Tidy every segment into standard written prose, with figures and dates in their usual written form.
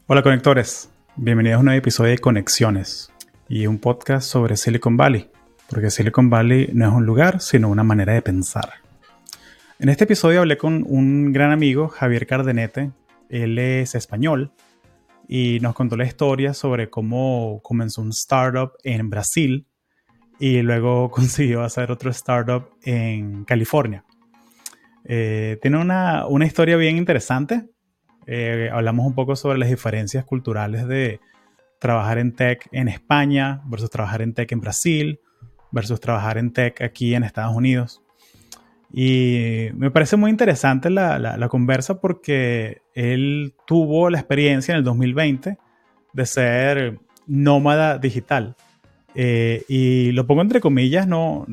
Hola conectores, bienvenidos a un nuevo episodio de Conexiones y un podcast sobre Silicon Valley, porque Silicon Valley no es un lugar, sino una manera de pensar. En este episodio hablé con un gran amigo, Javier Cardenete. Él es español y nos contó la historia sobre cómo comenzó un startup en Brasil y luego consiguió hacer otro startup en California. Tiene una historia bien interesante. Hablamos un poco sobre las diferencias culturales de trabajar en tech en España versus trabajar en tech en Brasil versus trabajar en tech aquí en Estados Unidos. Y me parece muy interesante la conversa porque él tuvo la experiencia en el 2020 de ser nómada digital. Y lo pongo entre comillas,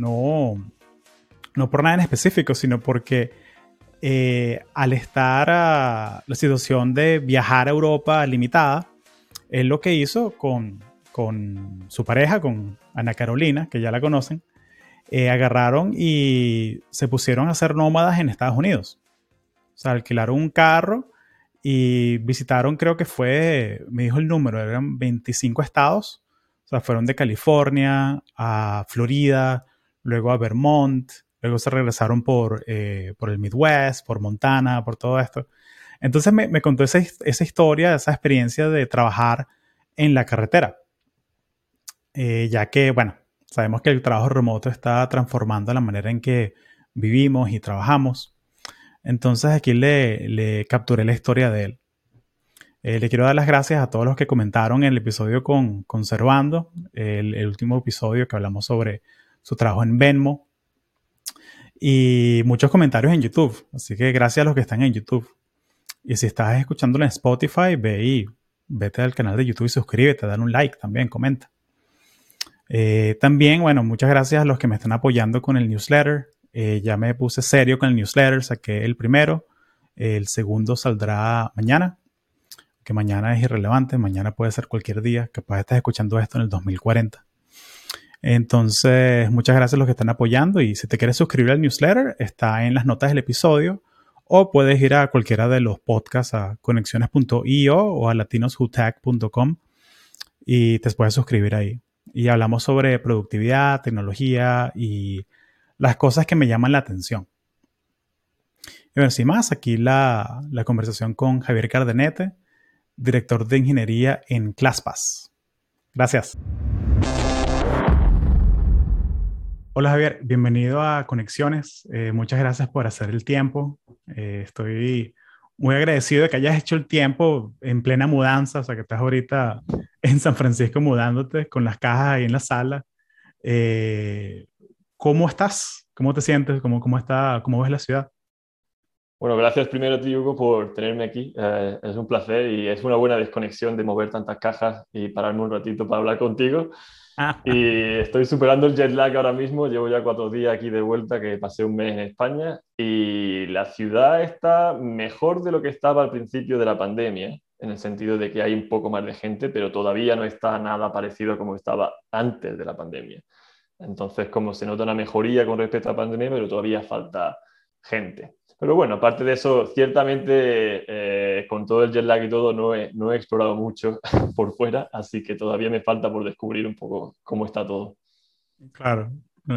no por nada en específico, sino porque al estar a la situación de viajar a Europa limitada, él lo que hizo con su pareja, con Ana Carolina, que ya la conocen, agarraron y se pusieron a ser nómadas en Estados Unidos. O sea, alquilaron un carro y visitaron, creo que fue, me dijo el número, eran 25 estados. O sea, fueron de California a Florida, luego a Vermont, luego se regresaron por el Midwest, por Montana, por todo esto. Entonces me contó esa historia, esa experiencia de trabajar en la carretera. Ya que, bueno, sabemos que el trabajo remoto está transformando la manera en que vivimos y trabajamos. Entonces aquí le capturé la historia de él. Le quiero dar las gracias a todos los que comentaron en el episodio con Servando, el último episodio que hablamos sobre su trabajo en Venmo. Y muchos comentarios en YouTube. Así que gracias a los que están en YouTube. Y si estás escuchándolo en Spotify, vete al canal de YouTube y suscríbete, dale un like también, comenta. También, bueno, muchas gracias a los que me están apoyando con el newsletter. Ya me puse serio con el newsletter, saqué el primero. El segundo saldrá mañana, que mañana es irrelevante, mañana puede ser cualquier día, capaz estás escuchando esto en el 2040. Entonces, muchas gracias a los que están apoyando y si te quieres suscribir al newsletter, está en las notas del episodio o puedes ir a cualquiera de los podcasts, a conexiones.io o a latinoswhotech.com y te puedes suscribir ahí. Y hablamos sobre productividad, tecnología y las cosas que me llaman la atención. Y bueno, sin más, aquí la conversación con Javier Cardenete, director de ingeniería en ClassPass. Gracias. Hola Javier, bienvenido a Conexiones. Muchas gracias por hacer el tiempo. Estoy muy agradecido de que hayas hecho el tiempo en plena mudanza, o sea que estás ahorita en San Francisco mudándote con las cajas ahí en la sala. Eh, ¿Cómo estás? ¿Cómo te sientes? ¿Cómo ves la ciudad? Bueno, gracias primero a ti, Hugo, por tenerme aquí. Es un placer y es una buena desconexión de mover tantas cajas y pararme un ratito para hablar contigo. Y estoy superando el jet lag ahora mismo. Llevo ya 4 días aquí de vuelta, que pasé un mes en España. Y la ciudad está mejor de lo que estaba al principio de la pandemia, en el sentido de que hay un poco más de gente, pero todavía no está nada parecido como estaba antes de la pandemia. Entonces, como se nota una mejoría con respecto a la pandemia, pero todavía falta gente. Pero bueno, aparte de eso, ciertamente con todo el jet lag y todo, no he explorado mucho por fuera, así que todavía me falta por descubrir un poco cómo está todo. Claro.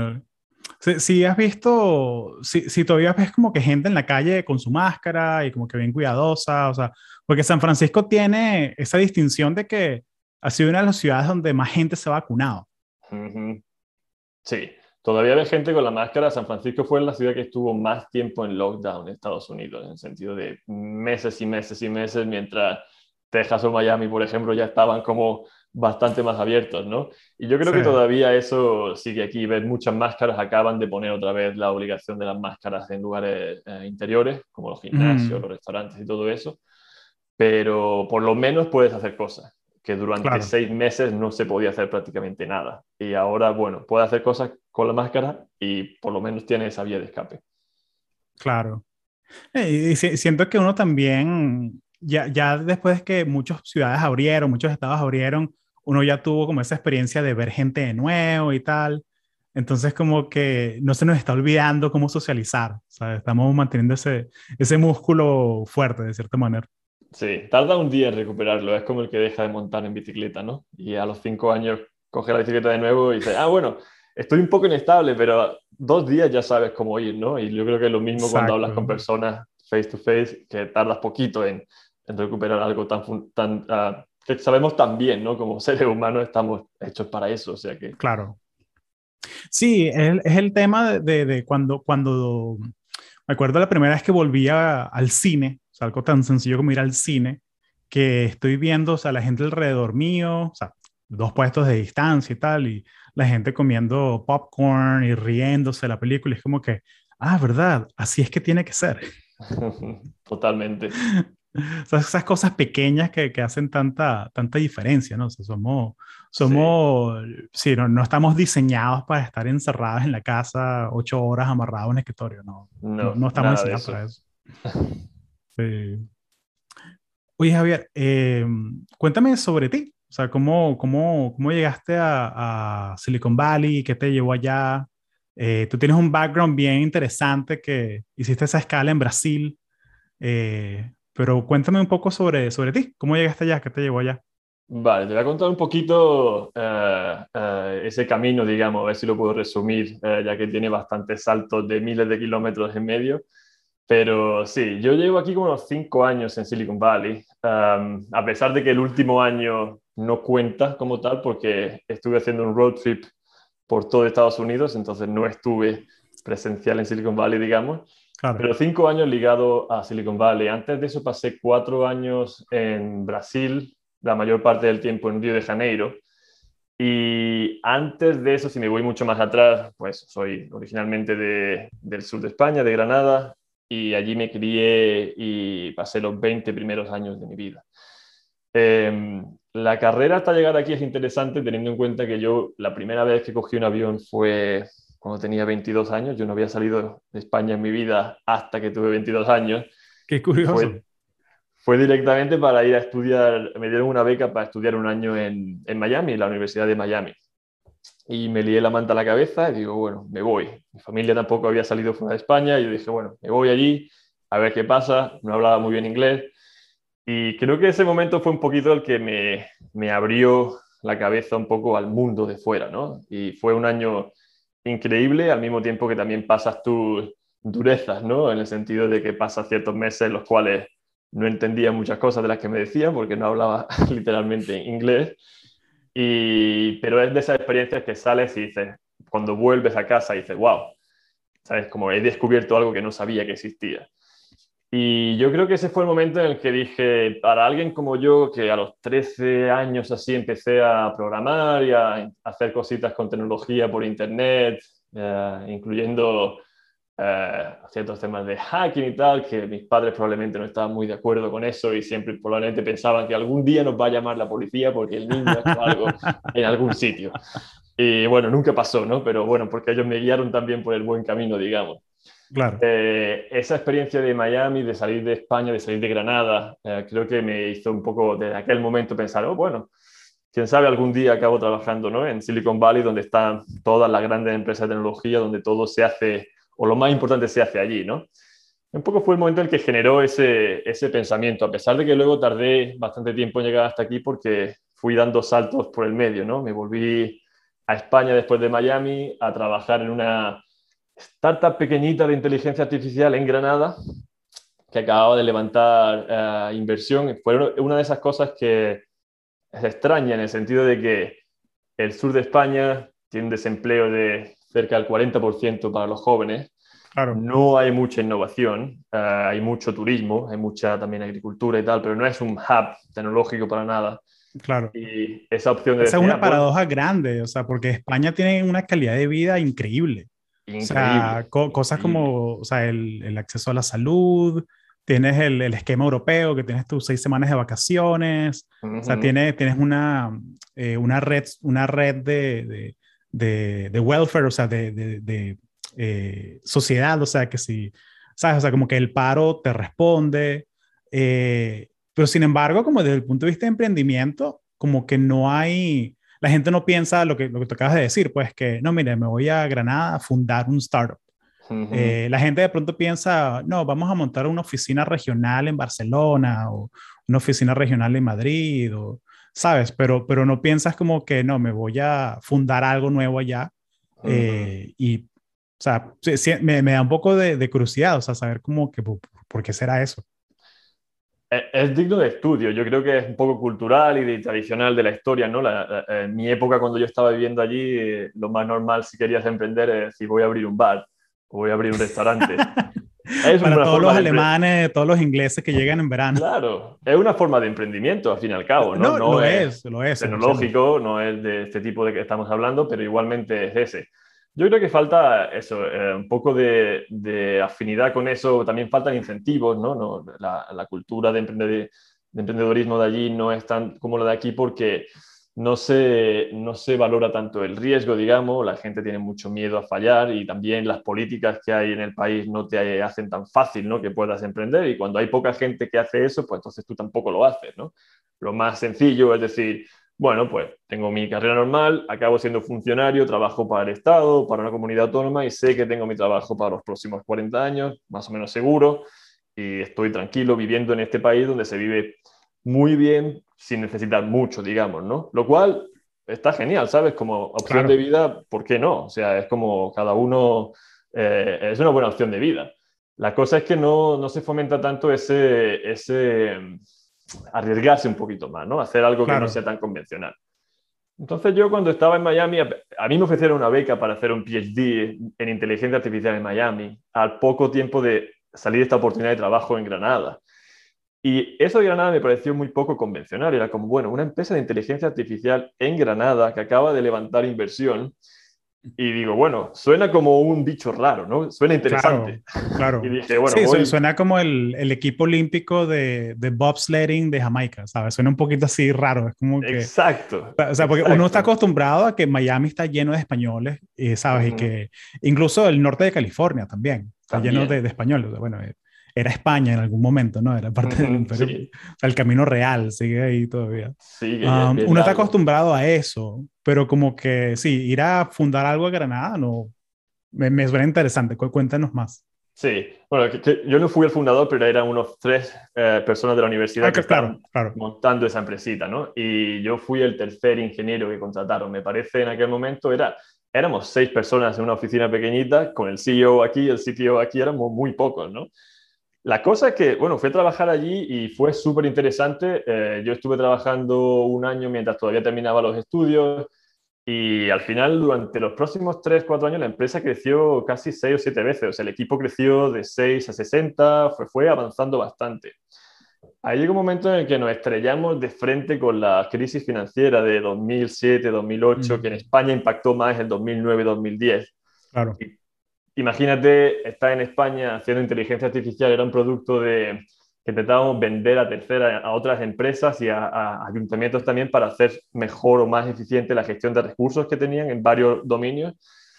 Si has visto, si todavía ves como que gente en la calle con su máscara y como que bien cuidadosa, o sea, porque San Francisco tiene esa distinción de que ha sido una de las ciudades donde más gente se ha vacunado. Ujú. Sí, todavía hay gente con la máscara. San Francisco fue la ciudad que estuvo más tiempo en lockdown en Estados Unidos, en el sentido de meses y meses y meses, mientras Texas o Miami, por ejemplo, ya estaban como bastante más abiertos, ¿no? Y yo creo Sí. que todavía eso sigue aquí. Ves muchas máscaras, acaban de poner otra vez la obligación de las máscaras en lugares interiores, como los gimnasios, Mm, los restaurantes y todo eso, pero por lo menos puedes hacer cosas que durante claro, 6 meses no se podía hacer prácticamente nada. Y ahora, bueno, puede hacer cosas con la máscara y por lo menos tiene esa vía de escape. claro. Y siento que uno también, ya después de que muchas ciudades abrieron, muchos estados abrieron, uno ya tuvo como esa experiencia de ver gente de nuevo y tal. Entonces como que no se nos está olvidando cómo socializar, ¿sabes? Estamos manteniendo ese músculo fuerte de cierta manera. Sí, tarda un día en recuperarlo. Es como el que deja de montar en bicicleta, ¿no? Y a los 5 años coge la bicicleta de nuevo y dice, ah, bueno, estoy un poco inestable, pero 2 días ya sabes cómo ir, ¿no? Y yo creo que es lo mismo cuando hablas con Exacto. personas face to face, que tardas poquito en recuperar algo que sabemos tan bien, ¿no? Como seres humanos estamos hechos para eso, o sea que... Claro. Sí, es el tema de cuando me acuerdo la primera vez que volví al cine, o sea, algo tan sencillo como ir al cine, que estoy viendo, o sea, la gente alrededor mío, o sea, 2 puestos de distancia y tal, y la gente comiendo popcorn y riéndose de la película, y es como que, ah, ¿verdad? Así es que tiene que ser. Totalmente. O sea, esas cosas pequeñas que hacen tanta diferencia, ¿no? O sea, Sí, sí, no estamos diseñados para estar encerrados en la casa 8 horas amarrados en un escritorio, no, no, no estamos nada de diseñados eso. para eso. Sí. Oye, Javier, cuéntame sobre ti. O sea, ¿cómo llegaste a Silicon Valley? ¿Qué te llevó allá? Tú tienes un background bien interesante que hiciste esa escala en Brasil. Pero cuéntame un poco sobre ti. ¿Cómo llegaste allá? ¿Qué te llevó allá? Vale, te voy a contar un poquito ese camino, digamos, a ver si lo puedo resumir, ya que tiene bastantes saltos de miles de kilómetros en medio. Pero sí, yo llevo aquí como unos 5 años en Silicon Valley, a pesar de que el último año no cuenta como tal, porque estuve haciendo un road trip por todo Estados Unidos, entonces no estuve presencial en Silicon Valley, digamos. Claro. Pero 5 años ligado a Silicon Valley. Antes de eso pasé 4 años en Brasil, la mayor parte del tiempo en Río de Janeiro. Y antes de eso, si me voy mucho más atrás, pues soy originalmente del sur de España, de Granada, y allí me crié y pasé los 20 primeros años de mi vida. La carrera hasta llegar aquí es interesante teniendo en cuenta que yo la primera vez que cogí un avión fue cuando tenía 22 años. Yo no había salido de España en mi vida hasta que tuve 22 años Qué y curioso. fue directamente para ir a estudiar. Me dieron una beca para estudiar un año en Miami, en la Universidad de Miami. Y me lié la manta a la cabeza y digo, bueno, me voy. Mi familia tampoco había salido fuera de España y yo dije, bueno, me voy allí a ver qué pasa. No hablaba muy bien inglés. Y creo que ese momento fue un poquito el que me abrió la cabeza un poco al mundo de fuera, ¿no? Y fue un año increíble, al mismo tiempo que también pasas tus durezas, ¿no? En el sentido de que pasas ciertos meses en los cuales no entendía muchas cosas de las que me decían porque no hablaba literalmente inglés. Pero es de esas experiencias que sales y dices, cuando vuelves a casa, dices, wow, ¿sabes? Como he descubierto algo que no sabía que existía. Y yo creo que ese fue el momento en el que dije, para alguien como yo, que a los 13 años así empecé a programar y a hacer cositas con tecnología por internet, incluyendo ciertos temas de hacking y tal, que mis padres probablemente no estaban muy de acuerdo con eso y siempre probablemente pensaban que algún día nos va a llamar la policía porque el niño ha hecho algo en algún sitio. Y bueno, nunca pasó, ¿no? Pero bueno, porque ellos me guiaron también por el buen camino, digamos. Claro. Esa experiencia de Miami, de salir de España, de salir de Granada, creo que me hizo un poco desde aquel momento pensar, oh, bueno, quién sabe algún día acabo trabajando, ¿no? En Silicon Valley, donde están todas las grandes empresas de tecnología, donde todo se hace, o lo más importante se hace allí, ¿no? Un poco fue el momento en el que generó ese pensamiento, a pesar de que luego tardé bastante tiempo en llegar hasta aquí porque fui dando saltos por el medio, ¿no? Me volví a España después de Miami a trabajar en una startup pequeñita de inteligencia artificial en Granada que acababa de levantar inversión. Fue una de esas cosas que es extraña en el sentido de que el sur de España tiene un desempleo de cerca del 40% para los jóvenes. Claro. No hay mucha innovación, hay mucho turismo, hay mucha también agricultura y tal, pero no es un hub tecnológico para nada. Claro. Y esa opción de Esa es decir, ah, una bueno, paradoja grande, o sea, porque España tiene una calidad de vida increíble. O sea, increíble, cosas increíble. como, o sea, el acceso a la salud, tienes el esquema europeo, que tienes tus 6 semanas de vacaciones, o sea, Ujú. tienes una red de welfare, o sea, de sociedad, o sea, que si, ¿sabes? O sea, como que el paro te responde, pero sin embargo, como desde el punto de vista de emprendimiento, como que no hay, la gente no piensa lo que tú acabas de decir, pues que no, mire, me voy a Granada a fundar un startup. Ujú. La gente de pronto piensa, no, vamos a montar una oficina regional en Barcelona o una oficina regional en Madrid, o, ¿sabes? Pero no piensas como que no, me voy a fundar algo nuevo allá. Ujú. Y, o sea, sí, sí, me da un poco de curiosidad, o sea, saber cómo que, por qué será eso. Es digno de estudio. Yo creo que es un poco cultural y tradicional de la historia, ¿no? En mi época, cuando yo estaba viviendo allí, lo más normal si querías emprender es decir, voy a abrir un bar o voy a abrir un restaurante. Es Para una todos forma los de alemanes, todos los ingleses que llegan en verano. Claro, es una forma de emprendimiento, al fin y al cabo, ¿no? No, No es lo es, 100%. tecnológico, no es de este tipo de que estamos hablando, pero igualmente es ese. Yo creo que falta eso, un poco de afinidad con eso, también faltan incentivos, ¿no? La cultura de emprendedorismo de allí no es tan como la de aquí porque no se valora tanto el riesgo, digamos, la gente tiene mucho miedo a fallar y también las políticas que hay en el país no te hacen tan fácil, ¿no? Que puedas emprender y cuando hay poca gente que hace eso, pues entonces tú tampoco lo haces, ¿no? Lo más sencillo es decir, bueno, pues tengo mi carrera normal, acabo siendo funcionario, trabajo para el Estado, para una comunidad autónoma y sé que tengo mi trabajo para los próximos 40 años, más o menos seguro, y estoy tranquilo viviendo en este país donde se vive muy bien sin necesitar mucho, digamos, ¿no? Lo cual está genial, ¿sabes? Como opción de Claro, vida, ¿por qué no? O sea, es como cada uno, es una buena opción de vida. La cosa es que no se fomenta tanto ese arriesgarse un poquito más, ¿no? Hacer algo que no sea claro. tan convencional. Entonces yo cuando estaba en Miami, a mí me ofrecieron una beca para hacer un PhD en inteligencia artificial en Miami, al poco tiempo de salir esta oportunidad de trabajo en Granada. Y eso de Granada me pareció muy poco convencional. Era como, bueno, una empresa de inteligencia artificial en Granada que acaba de levantar inversión. Y digo, bueno, suena como un bicho raro, ¿no? Suena interesante. Claro, Y claro. dije, bueno, Sí, voy. suena como el equipo olímpico de bobsledding de Jamaica, ¿sabes? Suena un poquito así raro. Es como que, Exacto, o sea, porque uno está exacto. acostumbrado a que Miami está lleno de españoles, ¿sabes? Y Ujú. que incluso el norte de California también está lleno También. de españoles. O sea, bueno, era España en algún momento, ¿no? Era parte del Ujú, imperio. O sí, sea, el camino real sigue ahí todavía. sigue y es bien Uno está largo. acostumbrado a eso, pero como que sí, ir a fundar algo a Granada, no, me suena interesante. Cuéntanos más. Sí, bueno, que yo no fui el fundador, pero eran unos tres personas de la universidad que Claro, estaban claro. montando esa empresita, ¿no? Y yo fui el tercer ingeniero que contrataron. Me parece en aquel momento éramos seis personas en una oficina pequeñita, con el CEO aquí, el CTO aquí, éramos muy pocos, ¿no? La cosa es que, bueno, fui a trabajar allí y fue súper interesante. Yo estuve trabajando un año mientras todavía terminaba los estudios. Y al final, durante los próximos 3 4 años, la empresa creció casi 6 o 7 veces. O sea, el equipo creció de 6 a 60, fue avanzando bastante. Ahí llegó un momento en el que nos estrellamos de frente con la crisis financiera de 2007-2008, que en Mm, España impactó más el 2009-2010. claro, Imagínate estar en España haciendo inteligencia artificial, era un producto que intentábamos vender a terceras, a otras empresas y a ayuntamientos también para hacer mejor o más eficiente la gestión de recursos que tenían en varios dominios.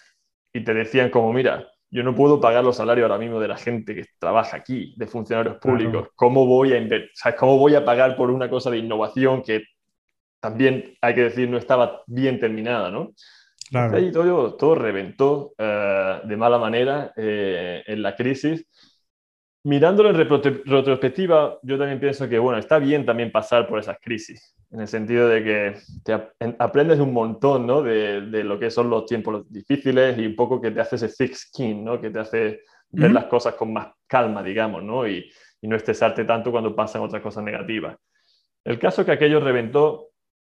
Y te decían como, mira, yo no puedo pagar los salarios ahora mismo de la gente que trabaja aquí, de funcionarios claro, públicos. ¿Cómo voy a ¿sabes? ¿Cómo voy a pagar por una cosa de innovación que también, hay que decir, no estaba bien terminada, ¿no? Entonces claro. ahí todo reventó de mala manera en la crisis. Mirándolo en retrospectiva, yo también pienso que, bueno, está bien también pasar por esas crisis, en el sentido de que aprendes un montón, ¿no? De lo que son los tiempos difíciles y un poco que te hace ese thick skin, ¿no? Que te hace ver las Ujú. cosas con más calma, digamos, ¿no? Y no estresarte tanto cuando pasan otras cosas negativas. El caso es que aquello reventó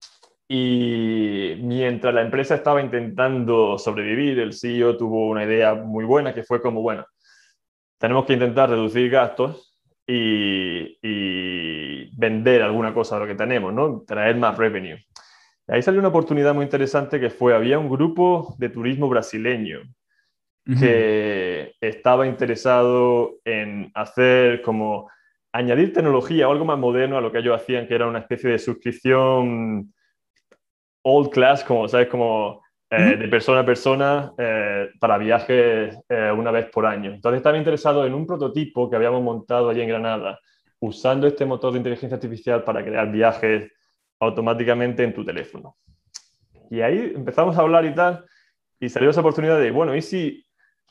y mientras la empresa estaba intentando sobrevivir, el CEO tuvo una idea muy buena que fue como, bueno, tenemos que intentar reducir gastos y vender alguna cosa de lo que tenemos, ¿no? Traer más revenue. Ahí salió una oportunidad muy interesante que fue, había un grupo de turismo brasileño Ujú. que estaba interesado en hacer como añadir tecnología o algo más moderno a lo que ellos hacían, que era una especie de suscripción old class, como, ¿sabes? Como Ujú. de persona a persona para viajes una vez por año. Entonces estaba interesado en un prototipo que habíamos montado allí en Granada, usando este motor de inteligencia artificial para crear viajes automáticamente en tu teléfono. Y ahí empezamos a hablar y tal, y salió esa oportunidad de, bueno, ¿y si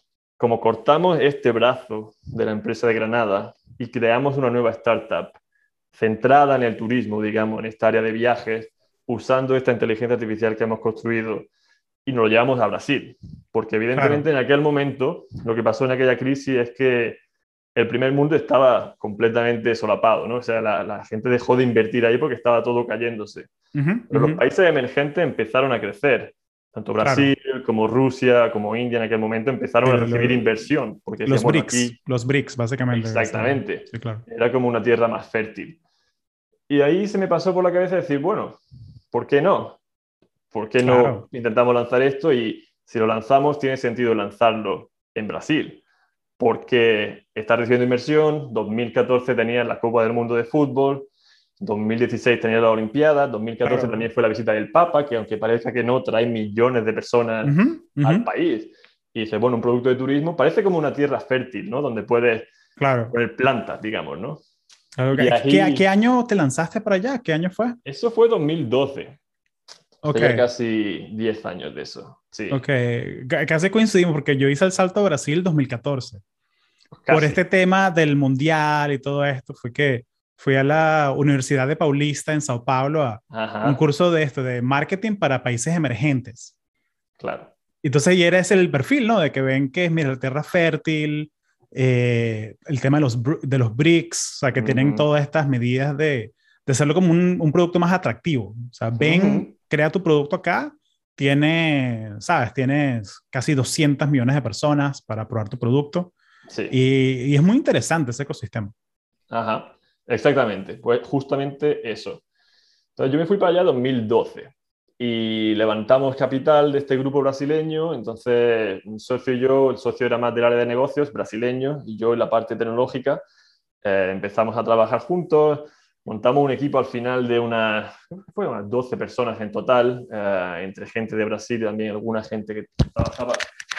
como cortamos este brazo de la empresa de Granada y creamos una nueva startup centrada en el turismo, digamos, en esta área de viajes, usando esta inteligencia artificial que hemos construido y nos lo llevamos a Brasil. Porque evidentemente en aquel momento, lo que pasó en aquella crisis es que el primer mundo estaba completamente solapado, ¿no? O sea, la gente dejó de invertir ahí porque estaba todo cayéndose. Pero los países emergentes empezaron a crecer. Tanto Brasil como Rusia, como India en aquel momento empezaron a recibir inversión. Porque decían, bueno, aquí... Los BRICS, básicamente. Exactamente. Sí, claro. Era como una tierra más fértil. Y ahí se me pasó por la cabeza decir, bueno, ¿por qué no? ¿Por qué no intentamos lanzar esto? Y si lo lanzamos, tiene sentido lanzarlo en Brasil, porque está recibiendo inversión. 2014 tenía la Copa del Mundo de Fútbol, 2016 tenía la Olimpiada, 2014 también fue la visita del Papa, que aunque parezca que no, trae millones de personas al país. Y dice, bueno, un producto de turismo parece como una tierra fértil, ¿no? Donde puedes poner plantas, digamos, ¿no? Claro. ¿Qué año te lanzaste para allá? ¿Qué año fue? Eso fue 2012. Okay. Ya casi 10 años de eso. Sí. Ok, casi coincidimos porque yo hice el salto a Brasil 2014. Casi. Por este tema del mundial y todo esto, fue que fui a la Universidad de Paulista en Sao Paulo a un curso de marketing para países emergentes. Claro. Entonces, y era ese el perfil, ¿no? De que ven que es, mira, tierra fértil, el tema de los BRICS, o sea, que tienen todas estas medidas de hacerlo como un producto más atractivo. O sea, ven, crea tu producto acá, ¿sabes? Tienes casi 200 millones de personas para probar tu producto. Sí. Y es muy interesante ese ecosistema. Ajá, exactamente. Pues justamente eso. Entonces yo me fui para allá en 2012 y levantamos capital de este grupo brasileño. Entonces un socio y yo, el socio era más del área de negocios brasileño y yo en la parte tecnológica. Empezamos a trabajar juntos, montamos un equipo al final de unas 12 personas en total, entre gente de Brasil y también alguna gente que trabajaba...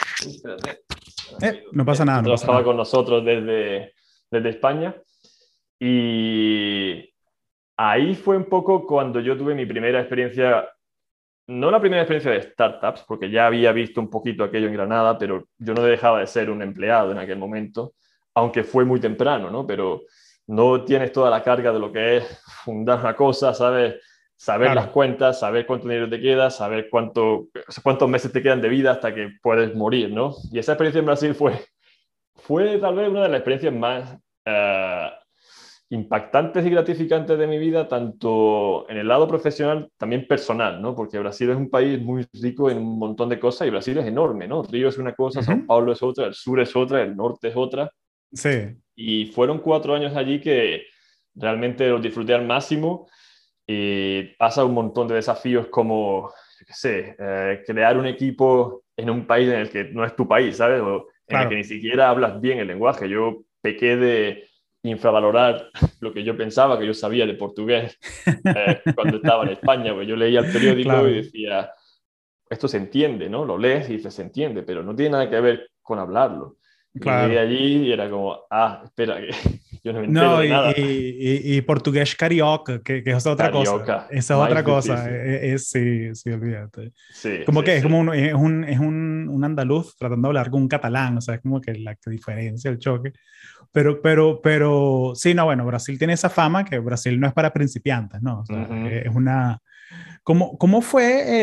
No pasa nada. Trabajaba con nosotros desde España. Y ahí fue un poco cuando yo tuve mi primera experiencia, no la primera experiencia de startups, porque ya había visto un poquito aquello en Granada, pero yo no dejaba de ser un empleado en aquel momento, aunque fue muy temprano, ¿no? Pero no tienes toda la carga de lo que es fundar una cosa, ¿sabes? Saber las cuentas, saber cuánto dinero te queda, saber cuántos meses te quedan de vida hasta que puedes morir, ¿no? Y esa experiencia en Brasil fue tal vez una de las experiencias más impactantes y gratificantes de mi vida, tanto en el lado profesional, también personal, ¿no? Porque Brasil es un país muy rico en un montón de cosas y Brasil es enorme, ¿no? Río es una cosa, Sao Paulo es otra, el sur es otra, el norte es otra. Sí. Y fueron 4 años allí que realmente los disfruté al máximo y pasa un montón de desafíos como, yo qué sé, crear un equipo en un país en el que no es tu país, ¿sabes? O en el que ni siquiera hablas bien el lenguaje. Yo pequé de infravalorar lo que yo pensaba que yo sabía de portugués cuando estaba en España, porque yo leía el periódico y decía, esto se entiende, ¿no? Lo lees y dices, se entiende, pero no tiene nada que ver con hablarlo. Llegué allí y era como, espera, que yo no me entero de nada. Y portugués carioca, que es otra Carioca, cosa. Esa es otra cosa. Sí, olvídate. Sí, como sí, que es sí. como un andaluz tratando de hablar con un catalán, o sea, es como que la diferencia, el choque. Pero sí, no, bueno, Brasil tiene esa fama que Brasil no es para principiantes, ¿no? O sea, es una... ¿Cómo fue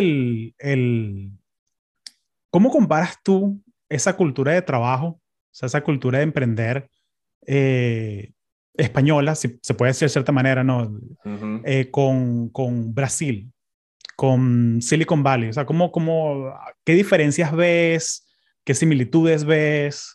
¿Cómo comparas tú esa cultura de trabajo, o sea, esa cultura de emprender española, si se puede decir de cierta manera, ¿no? Con Brasil, con Silicon Valley? O sea, ¿qué diferencias ves? ¿Qué similitudes ves?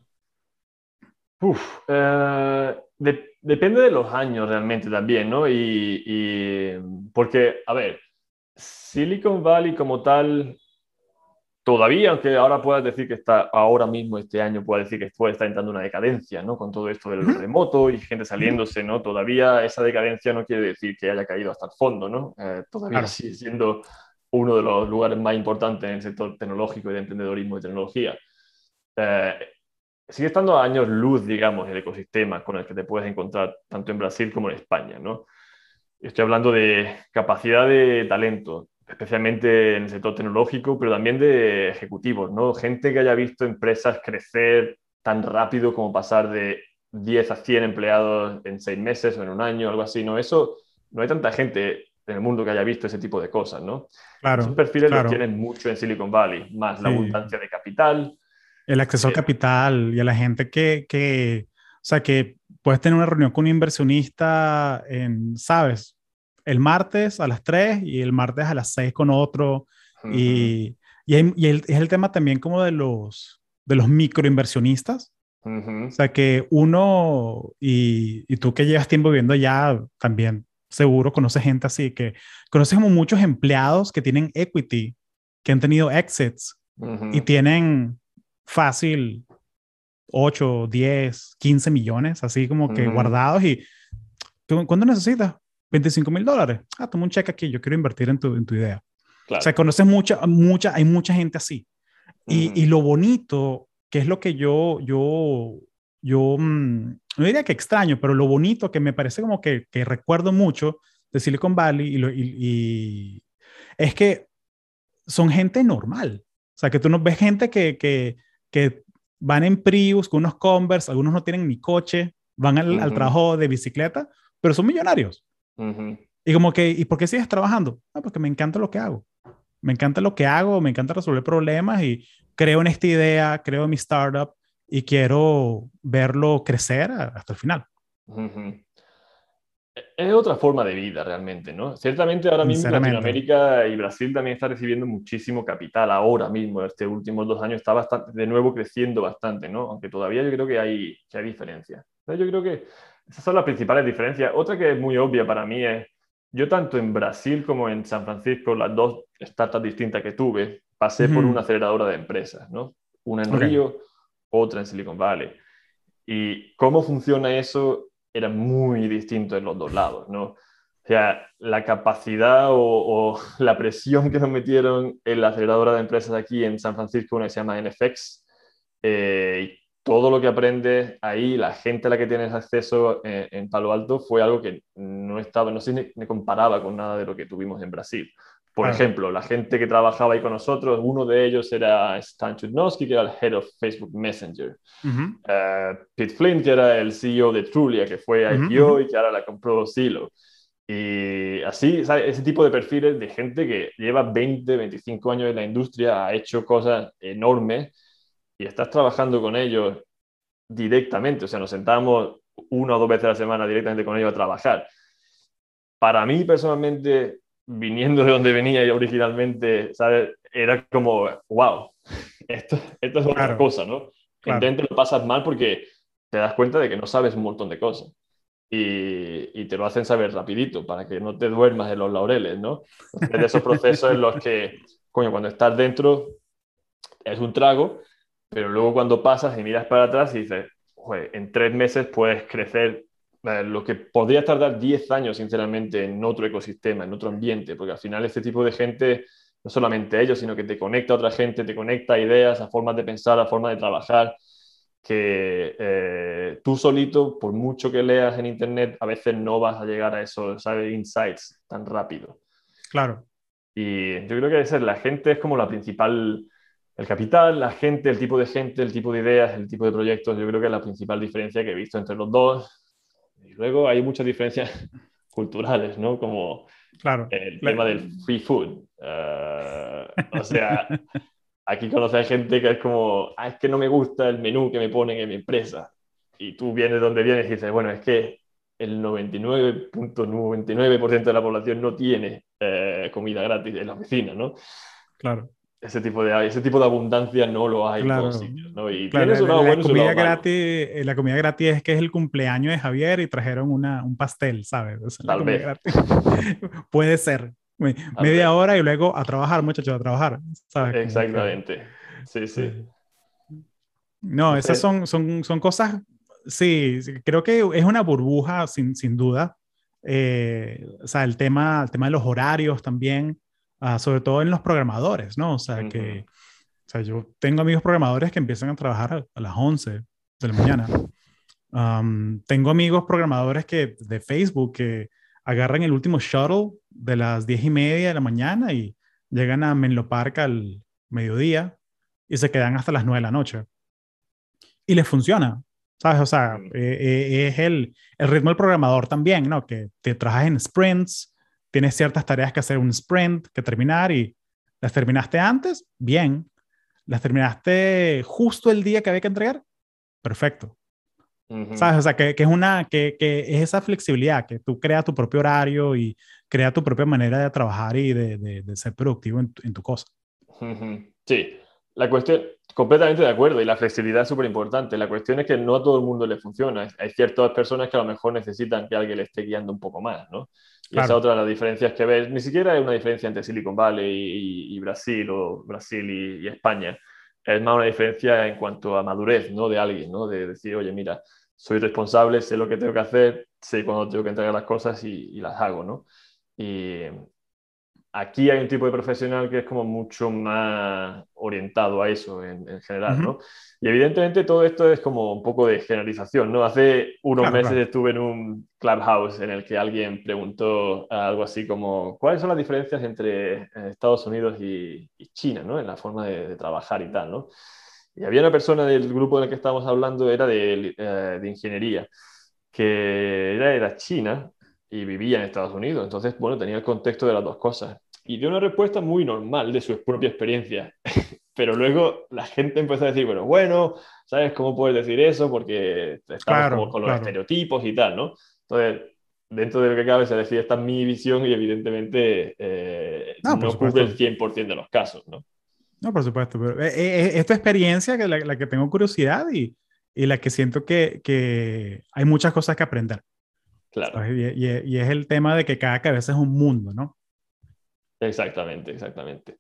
Depende de los años realmente también, ¿no? Porque, a ver, Silicon Valley como tal, todavía, aunque ahora puedas decir que está, ahora mismo este año puedes decir que puede estar entrando una decadencia, ¿no? Con todo esto del remoto y gente saliéndose, ¿no? Todavía esa decadencia no quiere decir que haya caído hasta el fondo, ¿no? Todavía sigue siendo uno de los lugares más importantes en el sector tecnológico y de emprendedorismo y tecnología. Sigue estando a años luz, digamos, el ecosistema con el que te puedes encontrar tanto en Brasil como en España, ¿no? Estoy hablando de capacidad de talento, especialmente en el sector tecnológico, pero también de ejecutivos, ¿no? Gente que haya visto empresas crecer tan rápido como pasar de 10 a 100 empleados en 6 meses o en un año, algo así, ¿no? Eso, no hay tanta gente en el mundo que haya visto ese tipo de cosas, ¿no? Esos Claro, perfiles los claro. tienen mucho en Silicon Valley, más la Sí. abundancia de capital. El acceso al eh, capital y a la gente o sea, que puedes tener una reunión con un inversionista ¿sabes? El martes a las 3 y el martes a las 6 con otro. ujú, Y es el tema también como de los microinversionistas. O ujú, sea, que uno, y tú que llevas tiempo viviendo ya también, seguro conoces gente así, que conoces como muchos empleados que tienen equity, que han tenido exits y ujú, tienen fácil 8 10 15 millones, así como que ujú. guardados. ¿Y cuánto necesitas? $25,000. Ah, toma un cheque aquí, yo quiero invertir en tu idea. O sea, Claro. conoces hay mucha gente así. Y Ujú, lo bonito, que es lo que no diría que extraño, pero lo bonito que me parece como que recuerdo mucho de Silicon Valley es que son gente normal. O sea, que tú no ves gente que van en Prius, con unos Converse, algunos no tienen ni coche, van al ujú, trabajo de bicicleta, pero son millonarios. ujú. Y como que, ¿y por qué sigues trabajando? Ah, porque me encanta lo que hago. Me encanta lo que hago, me encanta resolver problemas y creo en esta idea, creo en mi startup y quiero verlo crecer hasta el final, Ujú. Es otra forma de vida realmente, ¿no? Ciertamente ahora mismo sinceramente. Latinoamérica y Brasil también está recibiendo muchísimo capital ahora mismo. Estos últimos 2 años está bastante, de nuevo creciendo bastante, ¿no? Aunque todavía yo creo que hay diferencias. Yo creo que esas son las principales diferencias. Otra que es muy obvia para mí es, yo tanto en Brasil como en San Francisco, las dos startups distintas que tuve, pasé por una Ujú. aceleradora de empresas, ¿no? Una en Ok, Río, otra en Silicon Valley. Y cómo funciona eso era muy distinto en los dos lados, ¿no? O sea, la capacidad o la presión que nos metieron en la aceleradora de empresas aquí en San Francisco, una que se llama NFX, y todo lo que aprendes ahí, la gente a la que tienes acceso en Palo Alto, fue algo que no estaba, no sé si me comparaba con nada de lo que tuvimos en Brasil. Por claro. ejemplo, la gente que trabajaba ahí con nosotros, uno de ellos era Stan Chudnovsky, que era el head of Facebook Messenger. Ujú, Pete Flynn, que era el CEO de Trulia, que fue ujú, ujú. IPO y que ahora la compró Silo. Y así, ¿sabes? Ese tipo de perfiles de gente que lleva 20, 25 años en la industria, ha hecho cosas enormes y estás trabajando con ellos directamente. O sea, nos sentamos 1 o 2 veces a la semana directamente con ellos a trabajar. Para mí, personalmente, viniendo de donde venía yo originalmente, ¿sabes? Era como, wow, esto es otra Claro, cosa, ¿no? En claro, dentro lo pasas mal porque te das cuenta de que no sabes un montón de cosas y te lo hacen saber rapidito para que no te duermas en los laureles, ¿no? Entonces, de esos procesos en los que, coño, cuando estás dentro es un trago, pero luego cuando pasas y miras para atrás y dices, "Joder, en 3 meses puedes crecer lo que podría tardar 10 años, sinceramente, en otro ecosistema, en otro ambiente, porque al final este tipo de gente, no solamente ellos, sino que te conecta a otra gente, te conecta a ideas, a formas de pensar, a formas de trabajar, que tú solito, por mucho que leas en Internet, a veces no vas a llegar a esos, ¿sabes? Insights tan rápido. claro. Y yo creo que la gente es como la principal, el capital, la gente, el tipo de gente, el tipo de ideas, el tipo de proyectos, yo creo que es la principal diferencia que he visto entre los dos. Y luego hay muchas diferencias culturales, ¿no? Como Claro. el tema del free food. O sea, aquí conoces gente que es como, es que no me gusta el menú que me ponen en mi empresa. Y tú vienes donde vienes y dices, bueno, es que el 99.99% de la población no tiene comida gratis en la oficina, ¿no? Claro, Ese tipo de abundancia no lo hay en todos claro, sitios, ¿no? Y claro. tiene su lado bueno y su lado malo, La comida gratis es que es el cumpleaños de Javier y trajeron un pastel, ¿sabes? Esa es la tal comida vez, gratis. Puede ser. tal Media vez. hora y luego a trabajar, muchachos, a trabajar, ¿sabes? Como que... Exactamente. Sí, sí. sí. No, esas Entonces, son cosas, sí, sí, creo que es una burbuja sin duda. O sea, el tema de los horarios también, sobre todo en los programadores, ¿no? ujú, O sea, yo tengo amigos programadores que empiezan a trabajar a las 11 de la mañana. Tengo amigos programadores de Facebook que agarran el último shuttle de las 10:30 de la mañana y llegan a Menlo Park al mediodía y se quedan hasta las 9 de la noche. Y les funciona, ¿sabes? O sea, Mm. es el ritmo del programador también, ¿no? Que te trabajas en sprints, tienes ciertas tareas que hacer un sprint, que terminar y las terminaste antes, bien. Las terminaste justo el día que había que entregar, perfecto. Ujú. ¿Sabes? O sea, que es esa flexibilidad, que tú creas tu propio horario y creas tu propia manera de trabajar y de ser productivo en tu cosa. Ujú. Sí, la cuestión, completamente de acuerdo, y la flexibilidad es súper importante. La cuestión es que no a todo el mundo le funciona. Hay ciertas personas que a lo mejor necesitan que alguien le esté guiando un poco más, ¿no? Y esa es Claro. otra de las diferencias que ves. Ni siquiera es una diferencia entre Silicon Valley y Brasil o Brasil y España. Es más una diferencia en cuanto a madurez, ¿no? De alguien, ¿no? De decir, oye, mira, soy responsable, sé lo que tengo que hacer, sé cuándo tengo que entregar las cosas y las hago, ¿no? Y, aquí hay un tipo de profesional que es como mucho más orientado a eso en general, Ujú. ¿no? Y evidentemente todo esto es como un poco de generalización, ¿no? Hace unos Claro, meses claro. estuve en un clubhouse en el que alguien preguntó algo así como, ¿cuáles son las diferencias entre Estados Unidos y China, ¿no? En la forma de trabajar y tal, ¿no? Y había una persona del grupo del que estábamos hablando, era de ingeniería, que era de la China y vivía en Estados Unidos. Entonces, bueno, tenía el contexto de las dos cosas. Y dio una respuesta muy normal de su propia experiencia. Pero luego la gente empezó a decir, bueno, ¿sabes cómo puedes decir eso? Porque estamos como Claro, con los claro. estereotipos y tal, ¿no? Entonces, dentro de lo que cabe, se decía, esta es mi visión y evidentemente No, por no cubre el supuesto. 100% de los casos, ¿no? No, por supuesto. Pero, es tu experiencia que la que tengo curiosidad y la que siento que hay muchas cosas que aprender. Claro, ¿Sabes? Y es el tema de que cada cabeza es un mundo, ¿no? exactamente, exactamente.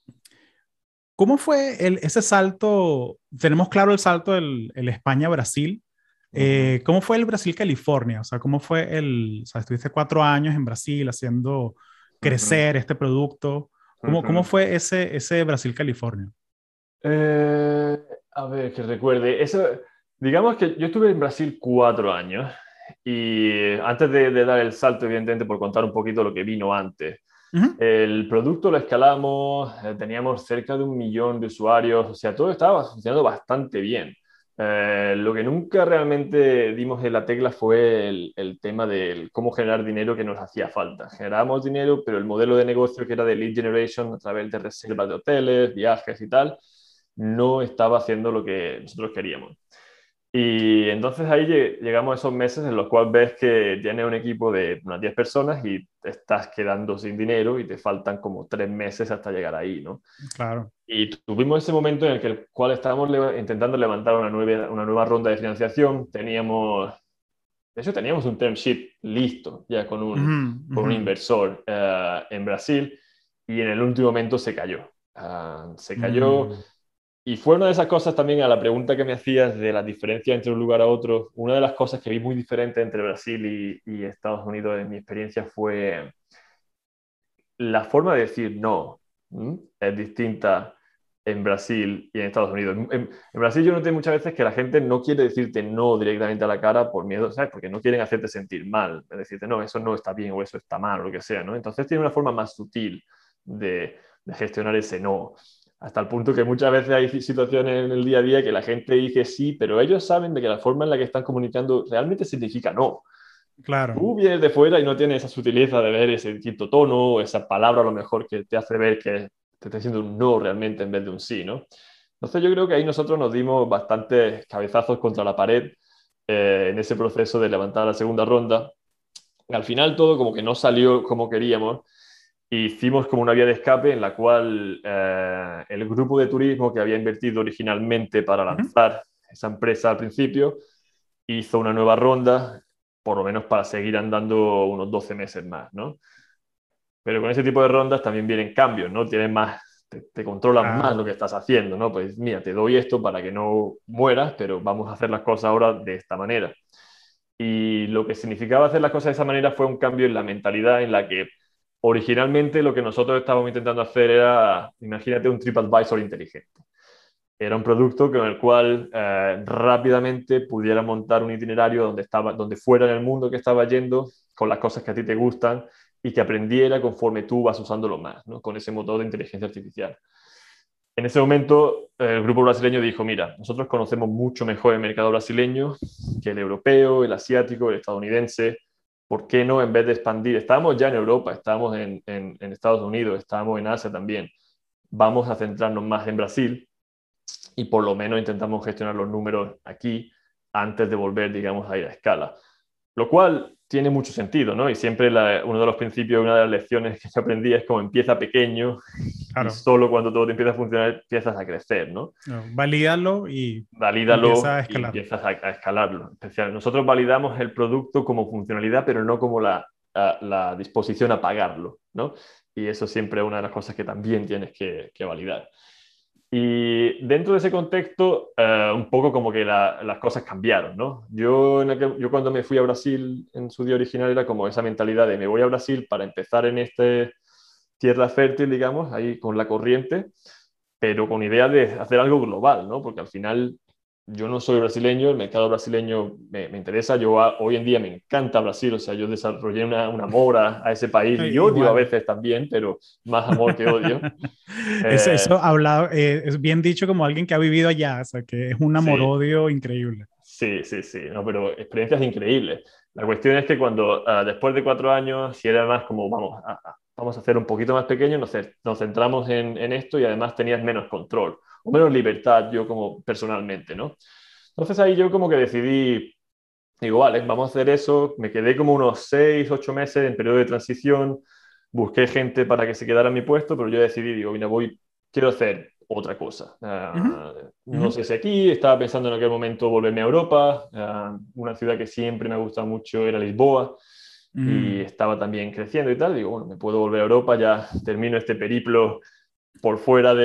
¿Cómo fue ese salto? Tenemos claro el salto del el España-Brasil. Ujú, ¿Cómo fue el Brasil-California? O sea, ¿cómo fue o sea, estuviste 4 años en Brasil haciendo ujú, crecer este producto? ¿Cómo ujú. fue ese Brasil-California? Eh, a ver, que recuerde. Eso, digamos que yo estuve en Brasil 4 años y antes de dar el salto, evidentemente, por contar un poquito lo que vino antes. Ujú, El producto lo escalamos, teníamos cerca de 1 millón de usuarios, o sea, todo estaba funcionando bastante bien. Lo que nunca realmente dimos en la tecla fue el tema de cómo generar dinero que nos hacía falta. Generábamos dinero, pero el modelo de negocio que era de lead generation a través de reservas de hoteles, viajes y tal, no estaba haciendo lo que nosotros queríamos. Y entonces ahí llegamos a esos meses en los cuales ves que tienes un equipo de unas 10 personas y te estás quedando sin dinero y te faltan como 3 meses hasta llegar ahí, ¿no? claro. Y tuvimos ese momento en el cual estábamos intentando levantar una nueva ronda de financiación. De hecho, teníamos un term sheet listo ya Ujú, con un ujú. inversor en Brasil y en el último momento se cayó. Se cayó Mm, y fue una de esas cosas también a la pregunta que me hacías de la diferencia entre un lugar a otro. Una de las cosas que vi muy diferente entre Brasil y Estados Unidos en mi experiencia fue la forma de decir no. Es distinta en Brasil y en Estados Unidos. En Brasil yo noté muchas veces que la gente no quiere decirte no directamente a la cara por miedo, ¿sabes? Porque no quieren hacerte sentir mal, es decirte no, eso no está bien o eso está mal o lo que sea, ¿no? Entonces tiene una forma más sutil de gestionar ese no. Hasta el punto que muchas veces hay situaciones en el día a día que la gente dice sí, pero ellos saben de que la forma en la que están comunicando realmente significa no. claro, Tú vienes de fuera y no tienes esa sutileza de ver ese quinto tono, esa palabra a lo mejor que te hace ver que te está diciendo un no realmente en vez de un sí, ¿no? Entonces yo creo que ahí nosotros nos dimos bastantes cabezazos contra la pared en ese proceso de levantar la segunda ronda. Al final todo como que no salió como queríamos. Hicimos como una vía de escape en la cual el grupo de turismo que había invertido originalmente para ujú, lanzar esa empresa al principio hizo una nueva ronda, por lo menos para seguir andando unos 12 meses más, ¿no? Pero con ese tipo de rondas también vienen cambios, ¿no? Tienes más, te controlan más lo claro. que estás haciendo, ¿no? Pues mira, te doy esto para que no mueras, pero vamos a hacer las cosas ahora de esta manera. Y lo que significaba hacer las cosas de esa manera fue un cambio en la mentalidad en la que originalmente lo que nosotros estábamos intentando hacer era, imagínate, un TripAdvisor inteligente. Era un producto con el cual rápidamente pudiera montar un itinerario donde fuera en el mundo que estaba yendo, con las cosas que a ti te gustan, y que aprendiera conforme tú vas usándolo más, ¿no? Con ese motor de inteligencia artificial. En ese momento, el grupo brasileño dijo, mira, nosotros conocemos mucho mejor el mercado brasileño que el europeo, el asiático, el estadounidense. ¿Por qué no, en vez de expandir? Estábamos ya en Europa, estábamos en Estados Unidos, estábamos en Asia también. Vamos a centrarnos más en Brasil y por lo menos intentamos gestionar los números aquí antes de volver, digamos, a ir a escala. Lo cual tiene mucho sentido, ¿no? Y siempre uno de los principios, una de las lecciones que aprendí es como empieza pequeño y Claro. solo cuando todo te empieza a funcionar empiezas a crecer, ¿no? No, valídalo y empieza Valídalo a y escalarlo. empiezas a escalarlo. Nosotros validamos el producto como funcionalidad, pero no como la disposición a pagarlo, ¿no? Y eso siempre es una de las cosas que también tienes que validar. Y dentro de ese contexto, un poco como que las cosas cambiaron, ¿no? Yo cuando me fui a Brasil en su día original era como esa mentalidad de me voy a Brasil para empezar en este tierra fértil, digamos, ahí con la corriente, pero con idea de hacer algo global, ¿no? Porque al final yo no soy brasileño, el mercado brasileño me interesa, hoy en día me encanta Brasil, o sea, yo desarrollé un amor a ese país y odio a Igual. veces también, pero más amor que odio. Eso Eh, hablado, es bien dicho como alguien que ha vivido allá, o sea, que es un sí, amor-odio increíble. sí, sí, sí, no, pero experiencias increíbles. La cuestión es que cuando después de 4 años, si era más como vamos a hacer un poquito más pequeño, nos centramos en esto y además tenías menos control o menos libertad yo como personalmente, ¿no? Entonces ahí yo como que decidí, digo, vale, vamos a hacer eso. Me quedé como unos 6, 8 meses en periodo de transición, busqué gente para que se quedara en mi puesto, pero yo decidí, digo, mira, quiero hacer otra cosa. Ujú, No ujú, sé si aquí, estaba pensando en aquel momento volverme a Europa. Una ciudad que siempre me ha gustado mucho era Lisboa y mm. estaba también creciendo y tal. Digo, bueno, me puedo volver a Europa, ya termino este periplo por fuera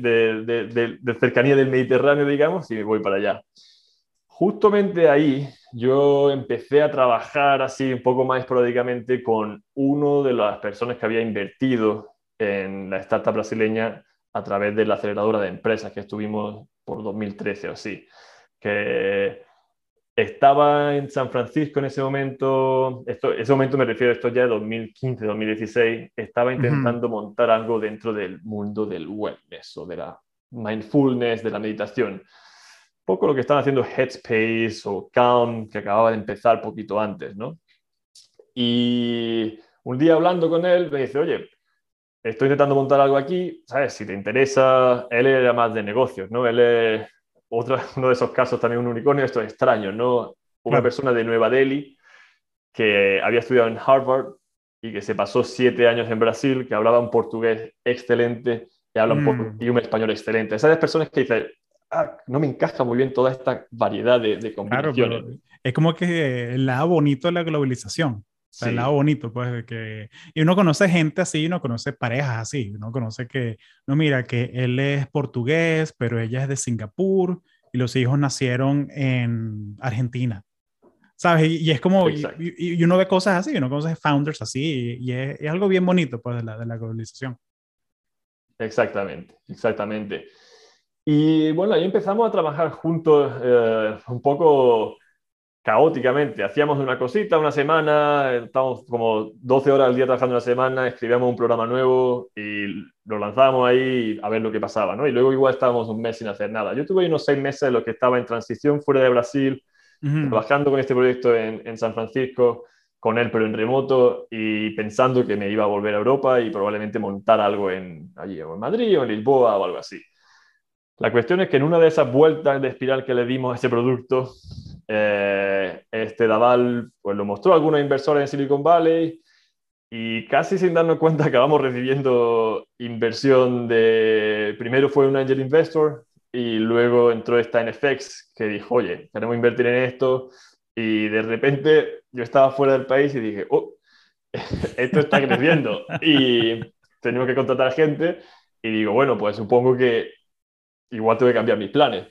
de cercanía del Mediterráneo, digamos, y me voy para allá. Justamente ahí yo empecé a trabajar así un poco más esporádicamente con uno de las personas que había invertido en la startup brasileña a través de la aceleradora de empresas que estuvimos por 2013 o así, que estaba en San Francisco en ese momento, ese momento me refiero, esto ya de 2015, 2016, estaba Ujú. intentando montar algo dentro del mundo del wellness o de la mindfulness, de la meditación. Un poco lo que están haciendo Headspace o Calm, que acababa de empezar poquito antes, ¿no? Y un día hablando con él, me dice, oye, estoy intentando montar algo aquí, ¿sabes? Si te interesa, él era más de negocios, ¿no? Él es uno de esos casos también un unicornio, esto es extraño, ¿no? Una Claro. persona de Nueva Delhi que había estudiado en Harvard y que se pasó 7 años en Brasil, que hablaba un portugués excelente y habla Mm. y un español excelente. Esas personas que dicen, no me encaja muy bien toda esta variedad de Claro, combinaciones. pero es como que el lado bonito de la globalización. O sea, el lado Sí, bonito, pues, de que... Y uno conoce gente así, uno conoce parejas así, uno conoce que, no, mira, que él es portugués, pero ella es de Singapur y los hijos nacieron en Argentina, ¿sabes? Y es como, exacto. y uno ve cosas así, uno conoce founders así, y es algo bien bonito, pues, de la globalización. Exactamente, exactamente. Y bueno, ahí empezamos a trabajar juntos un poco caóticamente. Hacíamos una cosita una semana, estábamos como 12 horas al día trabajando una semana, escribíamos un programa nuevo y lo lanzábamos ahí a ver lo que pasaba, ¿no? Y luego igual estábamos un mes sin hacer nada. Yo tuve unos 6 meses en los que estaba en transición fuera de Brasil, Ujú. trabajando con este proyecto en San Francisco, con él pero en remoto y pensando que me iba a volver a Europa y probablemente montar algo allí o en Madrid o en Lisboa o algo así. La cuestión es que en una de esas vueltas de espiral que le dimos a ese producto, este Daval pues, lo mostró a algunos inversores en Silicon Valley y casi sin darnos cuenta acabamos recibiendo inversión primero fue un angel investor y luego entró esta NFX que dijo, oye, queremos invertir en esto y de repente yo estaba fuera del país y dije, oh, esto está creciendo y tenemos que contratar gente y digo, bueno, pues supongo que igual tengo que cambiar mis planes.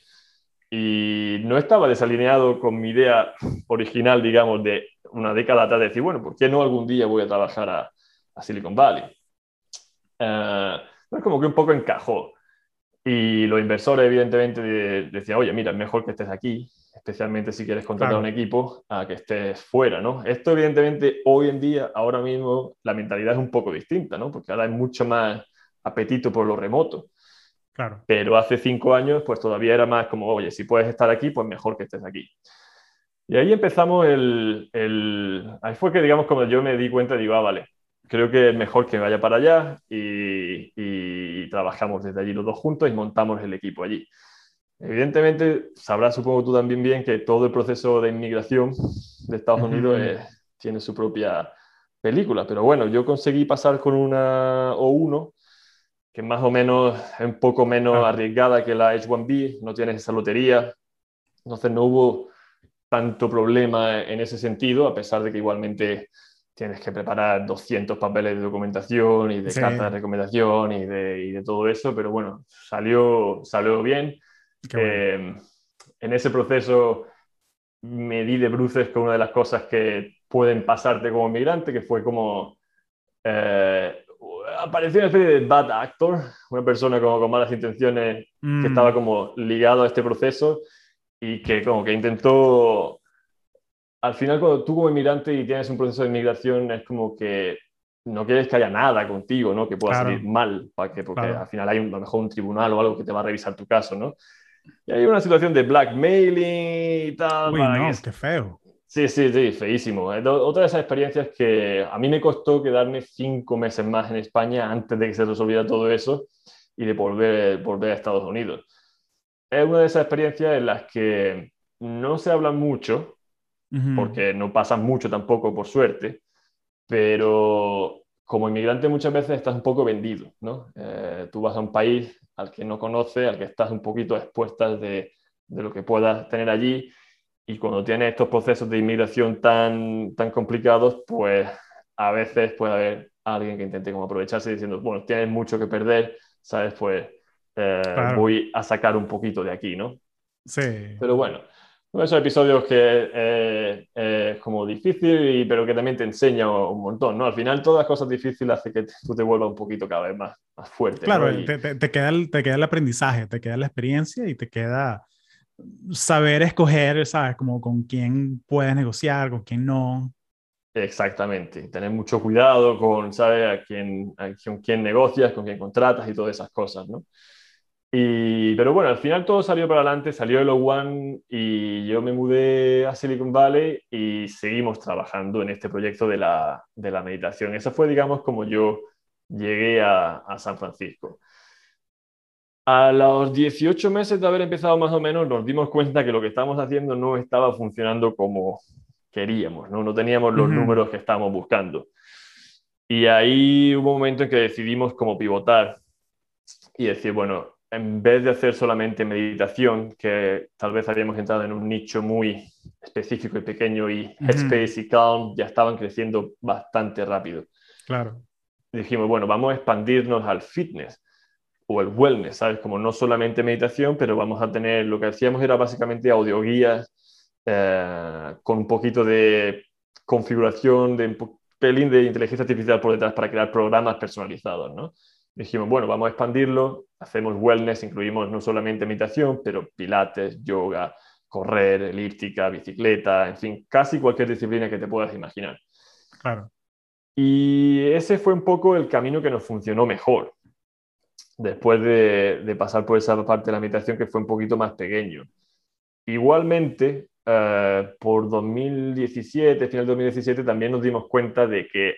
Y no estaba desalineado con mi idea original, digamos, de una década atrás, de decir, bueno, ¿por qué no algún día voy a trabajar a Silicon Valley? Es como que un poco encajó. Y los inversores, evidentemente, decían, oye, mira, es mejor que estés aquí. especialmente si quieres contratar un Claro, equipo, a que estés fuera, ¿no? Esto, evidentemente, hoy en día, ahora mismo, la mentalidad es un poco distinta, ¿no? Porque ahora hay mucho más apetito por lo remoto. claro. Pero hace 5 años, pues todavía era más como, oye, si puedes estar aquí, pues mejor que estés aquí. Y ahí empezamos ahí fue que, digamos, como yo me di cuenta, digo, vale, creo que es mejor que vaya para allá y trabajamos desde allí los dos juntos y montamos el equipo allí. Evidentemente, sabrás, supongo tú también bien, que todo el proceso de inmigración de Estados Unidos Ujú. tiene su propia película, pero bueno, yo conseguí pasar con una O1 que más o menos es un poco menos Claro. arriesgada que la H1B, no tienes esa lotería, entonces no hubo tanto problema en ese sentido, a pesar de que igualmente tienes que preparar 200 papeles de documentación y de Sí, carta de recomendación y de todo eso, pero bueno, salió bien. qué bueno. Eh, en ese proceso me di de bruces con una de las cosas que pueden pasarte como inmigrante, que fue como eh, apareció una especie de bad actor, una persona como con malas intenciones que estaba Mm, como ligado a este proceso y que como que intentó, al final cuando tú como inmigrante y tienes un proceso de inmigración es como que no quieres que haya nada contigo, ¿no? Que pueda salir claro, mal, porque al claro. final hay a lo mejor un tribunal o algo que te va a revisar tu caso, ¿no? Y hay una situación de blackmailing y tal, Uy, para que... no, qué feo. Sí, sí, sí, feísimo. Otra de esas experiencias que a mí me costó quedarme 5 meses más en España antes de que se resolviera todo eso y de volver a Estados Unidos. Es una de esas experiencias en las que no se habla mucho, Ujú. porque no pasa mucho tampoco, por suerte, pero como inmigrante muchas veces estás un poco vendido, ¿no? Tú vas a un país al que no conoces, al que estás un poquito expuestas de lo que puedas tener allí y cuando tienes estos procesos de inmigración tan complicados, pues a veces puede haber alguien que intente como aprovecharse diciendo, bueno, tienes mucho que perder, ¿sabes? Pues Claro, voy a sacar un poquito de aquí, ¿no? sí. Pero bueno, son esos episodios que es como difícil, pero que también te enseña un montón, ¿no? Al final todas las cosas difíciles hacen que tú te vuelvas un poquito cada vez más fuerte, Claro, ¿no? Y te queda el aprendizaje, te queda la experiencia y te queda saber escoger, ¿sabes? Como con quién puedes negociar, con quién no. exactamente, tener mucho cuidado con, ¿sabes? Con quién negocias, con quién contratas y todas esas cosas, ¿no? Pero bueno, al final todo salió para adelante, salió el O1 y yo me mudé a Silicon Valley y seguimos trabajando en este proyecto de la meditación. Esa fue, digamos, como yo llegué a San Francisco. A los 18 meses de haber empezado más o menos, nos dimos cuenta que lo que estábamos haciendo no estaba funcionando como queríamos, ¿no? No teníamos los Ujú. números que estábamos buscando. Y ahí hubo un momento en que decidimos como pivotar y decir, bueno, en vez de hacer solamente meditación, que tal vez habíamos entrado en un nicho muy específico y pequeño y Ujú. Headspace y Calm ya estaban creciendo bastante rápido. Claro. Y dijimos, bueno, vamos a expandirnos al fitness o el wellness, ¿sabes? Como no solamente meditación, pero vamos a tener, lo que hacíamos era básicamente audioguías con un poquito de configuración, de un pelín de inteligencia artificial por detrás para crear programas personalizados, ¿no? Dijimos, bueno, vamos a expandirlo, hacemos wellness, incluimos no solamente meditación, pero pilates, yoga, correr, elíptica, bicicleta, en fin, casi cualquier disciplina que te puedas imaginar. Claro. Y ese fue un poco el camino que nos funcionó mejor después de pasar por esa parte de la meditación que fue un poquito más pequeño. Igualmente, por 2017, final de 2017, también nos dimos cuenta de que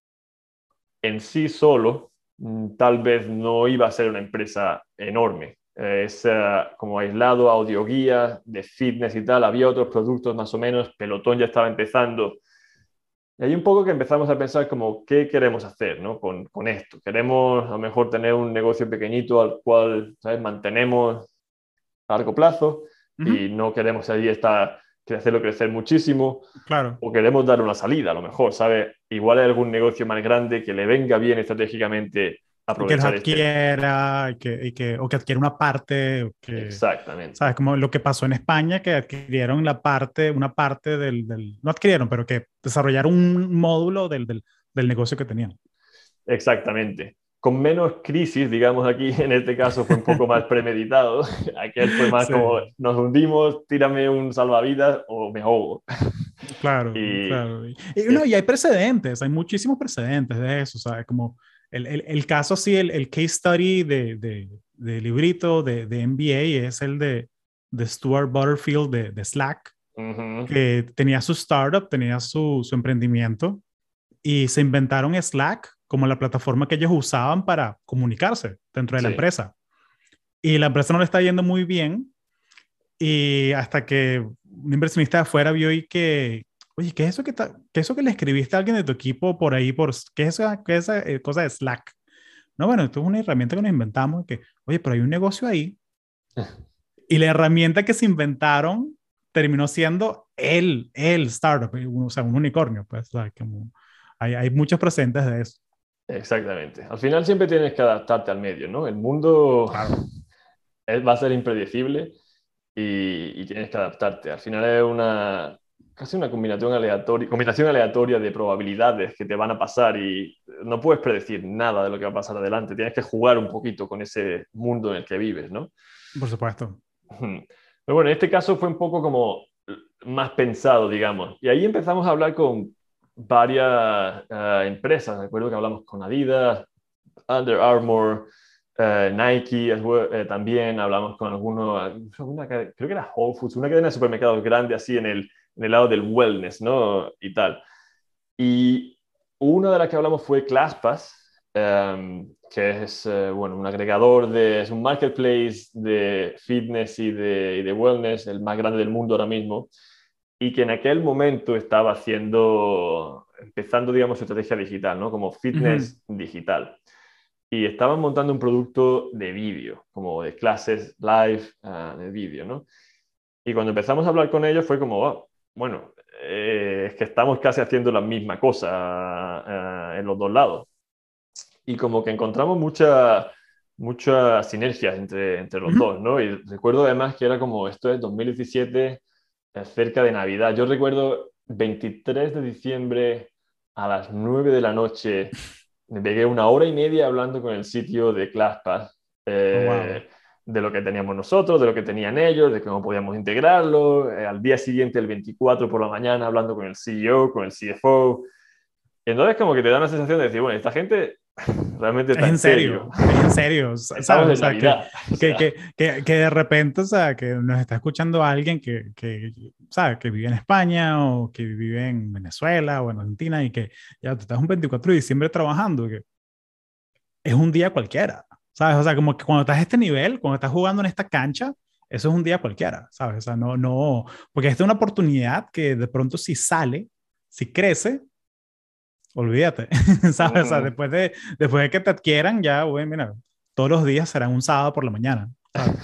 en sí solo tal vez no iba a ser una empresa enorme. Es como aislado, audioguía, de fitness y tal. Había otros productos más o menos. Pelotón ya estaba empezando. Y hay un poco que empezamos a pensar como, ¿qué queremos hacer, ¿no? con esto? ¿Queremos a lo mejor tener un negocio pequeñito al cual, ¿sabes? Mantenemos a largo plazo Ujú. y no queremos allí estar, hacerlo crecer muchísimo Claro. o queremos dar una salida a lo mejor, ¿sabes? Igual hay algún negocio más grande que le venga bien estratégicamente Y que los aprovechar este. adquiera, o que adquiera una parte, o que, ¿sabes? Exactamente. Como lo que pasó en España, que adquirieron una parte no adquirieron, pero que desarrollaron un módulo del negocio que tenían. Exactamente. con menos crisis, digamos aquí, en este caso fue un poco más premeditado. Aquel fue más Sí, como, nos hundimos, tírame un salvavidas o me ahogo. claro, Y claro. No, es, y hay precedentes, hay muchísimos precedentes de eso, ¿sabes? Como el caso así, el case study de librito de MBA es el de Stuart Butterfield de Slack, ujú, que tenía su startup, tenía su emprendimiento y se inventaron Slack como la plataforma que ellos usaban para comunicarse dentro de la sí, empresa. Y la empresa no le está yendo muy bien y hasta que un inversionista de afuera vio y que, oye, ¿qué es eso qué es eso que le escribiste a alguien de tu equipo por ahí? ¿Qué es esa cosa de Slack? No, bueno, esto es una herramienta que nos inventamos que, oye, pero hay un negocio ahí. Y la herramienta que se inventaron terminó siendo el startup, o sea, un unicornio, pues, o sea, como hay muchos presentes de eso. exactamente. Al final siempre tienes que adaptarte al medio, ¿no? El mundo Claro. va a ser impredecible y tienes que adaptarte. Al final es casi una combinación aleatoria de probabilidades que te van a pasar y no puedes predecir nada de lo que va a pasar adelante. Tienes que jugar un poquito con ese mundo en el que vives, ¿no? Por supuesto. Ujú. Pero bueno, en este caso fue un poco como más pensado, digamos. Y ahí empezamos a hablar con varias empresas. Recuerdo que hablamos con Adidas, Under Armour, Nike también. Hablamos con creo que era Whole Foods, una cadena de supermercados grande así en el lado del wellness, ¿no? Y tal. Y una de las que hablamos fue ClassPass, que es bueno, un agregador es un marketplace de fitness y de wellness, el más grande del mundo ahora mismo, y que en aquel momento estaba empezando, digamos, su estrategia digital, ¿no? Como Ujú. fitness digital. Y estaban montando un producto de vídeo, como de clases live de vídeo, ¿no? Y cuando empezamos a hablar con ellos fue como, "Oh, bueno, es que estamos casi haciendo la misma cosa en los dos lados. Y como que encontramos muchas sinergias entre los Ujú. dos, ¿no? Y recuerdo además que era como, esto es 2017, cerca de Navidad. Yo recuerdo 23 de diciembre a las 9 de la noche, me pegué una hora y media hablando con el sitio de ClassPass, Oh, wow. de lo que teníamos nosotros, de lo que tenían ellos, de cómo podíamos integrarlo. Al día siguiente, el 24 por la mañana, hablando con el CEO, con el CFO. Entonces como que te da una sensación de decir, bueno, esta gente realmente está en serio. Es en serio, Estamos ¿sabes? O en sea, Navidad. O sea, que de repente, o sea, que nos está escuchando alguien ¿sabes? Que vive en España o que vive en Venezuela o en Argentina y que ya tú estás un 24 de diciembre trabajando, que es un día cualquiera, ¿sabes? O sea, como que cuando estás a este nivel, cuando estás jugando en esta cancha, eso es un día cualquiera, ¿sabes? O sea, porque esta es una oportunidad que de pronto si sale, si crece, olvídate, ¿sabes? O sea, ujú. después de que te adquieran, ya, güey, mira, todos los días serán un sábado por la mañana, ¿sabes?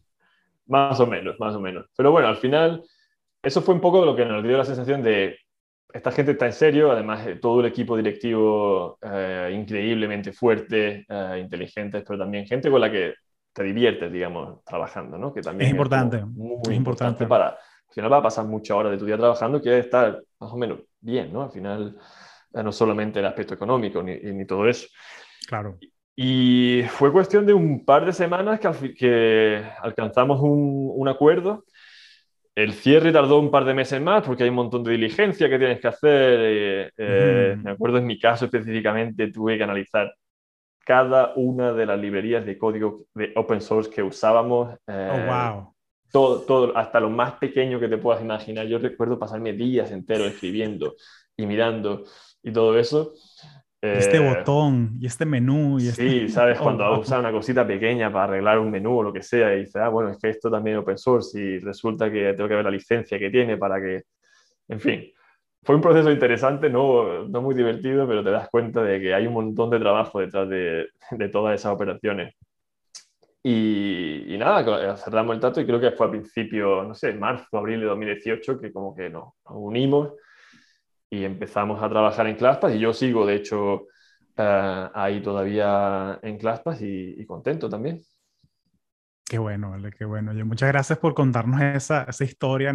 Más o menos, más o menos. Pero bueno, al final, eso fue un poco lo que nos dio la sensación de, esta gente está en serio, además todo el equipo directivo increíblemente fuerte, inteligentes, pero también gente con la que te diviertes, digamos, trabajando, ¿no? Que también es como muy Es importante importante, al final va a pasar mucha hora de tu día trabajando, que estar más o menos bien, ¿no? Al final, no solamente el aspecto económico ni todo eso. claro. Y fue cuestión de un par de semanas que alcanzamos un acuerdo. El cierre tardó un par de meses más porque hay un montón de diligencia que tienes que hacer. Ujú. Me acuerdo en mi caso específicamente tuve que analizar cada una de las librerías de código de open source que usábamos, Oh, wow. hasta lo más pequeño que te puedas imaginar. Yo recuerdo pasarme días enteros escribiendo y mirando y todo eso. Y este Eh, botón, y este menú, y este... Sí, sabes, Oh, cuando wow. usas una cosita pequeña para arreglar un menú o lo que sea, y dices, ah, bueno, es que esto también es open source y resulta que tengo que ver la licencia que tiene para que, en fin, fue un proceso interesante, no muy divertido, pero te das cuenta de que hay un montón de trabajo detrás de todas esas operaciones. Y nada, cerramos el trato y creo que fue a principio, no sé, marzo, abril de 2018, que como que nos unimos y empezamos a trabajar en ClassPass y yo sigo, de hecho, ahí todavía en ClassPass y contento también. Qué bueno, vale, qué bueno. Yo, muchas gracias por contarnos esa historia.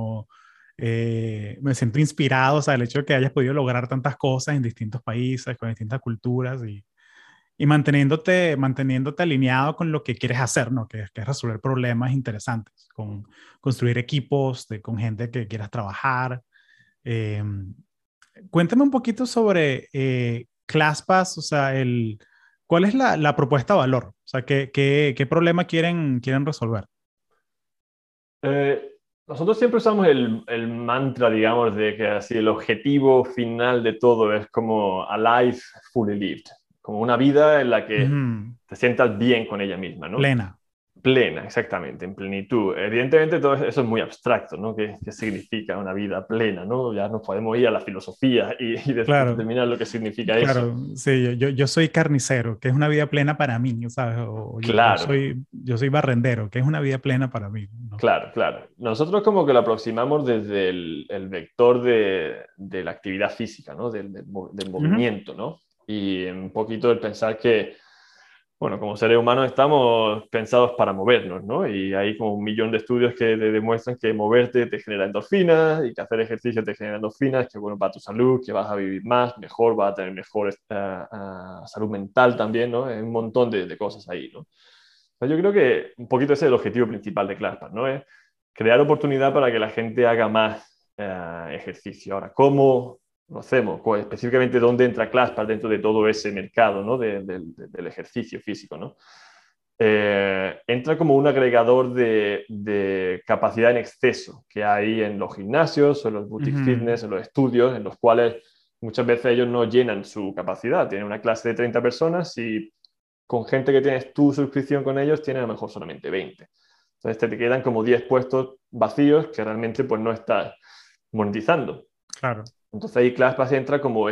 Me siento inspirado, o sea, el hecho de que hayas podido lograr tantas cosas en distintos países, con distintas culturas Y manteniéndote alineado con lo que quieres hacer, ¿no? Que es resolver problemas interesantes, con construir equipos, con gente que quieras trabajar. Eh, Cuéntame un poquito sobre ClassPass, o sea, ¿cuál es la propuesta de valor? O sea, ¿qué problema quieren resolver? Eh, Nosotros siempre usamos el mantra, digamos, de que así el objetivo final de todo es como a life fully lived, como una vida en la que Ujú. te sientas bien con ella misma, ¿no? Plena, Plena, exactamente, en plenitud. Evidentemente todo eso es muy abstracto, ¿no? ¿Qué significa una vida plena, ¿no? Ya nos podemos ir a la filosofía y claro. determinar lo que significa eso. Claro, sí, yo soy carnicero, que es una vida plena para mí, ¿sabes? O Claro, yo soy barrendero, que es una vida plena para mí, ¿no? claro, claro. Nosotros como que lo aproximamos desde el vector de la actividad física, ¿no? Del Ujú. movimiento, ¿no? Y un poquito el pensar que, bueno, como seres humanos estamos pensados para movernos, ¿no? Y hay como 1 millón de estudios que te demuestran que moverte te genera endorfinas y que hacer ejercicio te genera endorfinas, que es bueno para tu salud, que vas a vivir más, mejor, vas a tener mejor salud mental también, ¿no? Hay un montón de cosas ahí, ¿no? Yo creo que un poquito ese es el objetivo principal de ClassPass, ¿no? Es crear oportunidad para que la gente haga más ejercicio. Ahora, ¿cómo lo hacemos? Específicamente, ¿dónde entra ClassPass dentro de todo ese mercado, ¿no? Del ejercicio físico, ¿no? Entra como un agregador de capacidad en exceso que hay en los gimnasios, en los boutique Ujú. fitness, en los estudios, en los cuales muchas veces ellos no llenan su capacidad. Tienen una clase de 30 personas y con gente que tienes tu suscripción con ellos, tienes a lo mejor solamente 20. Entonces te quedan como 10 puestos vacíos que realmente pues no estás monetizando. Claro. Entonces ahí ClassPass entra como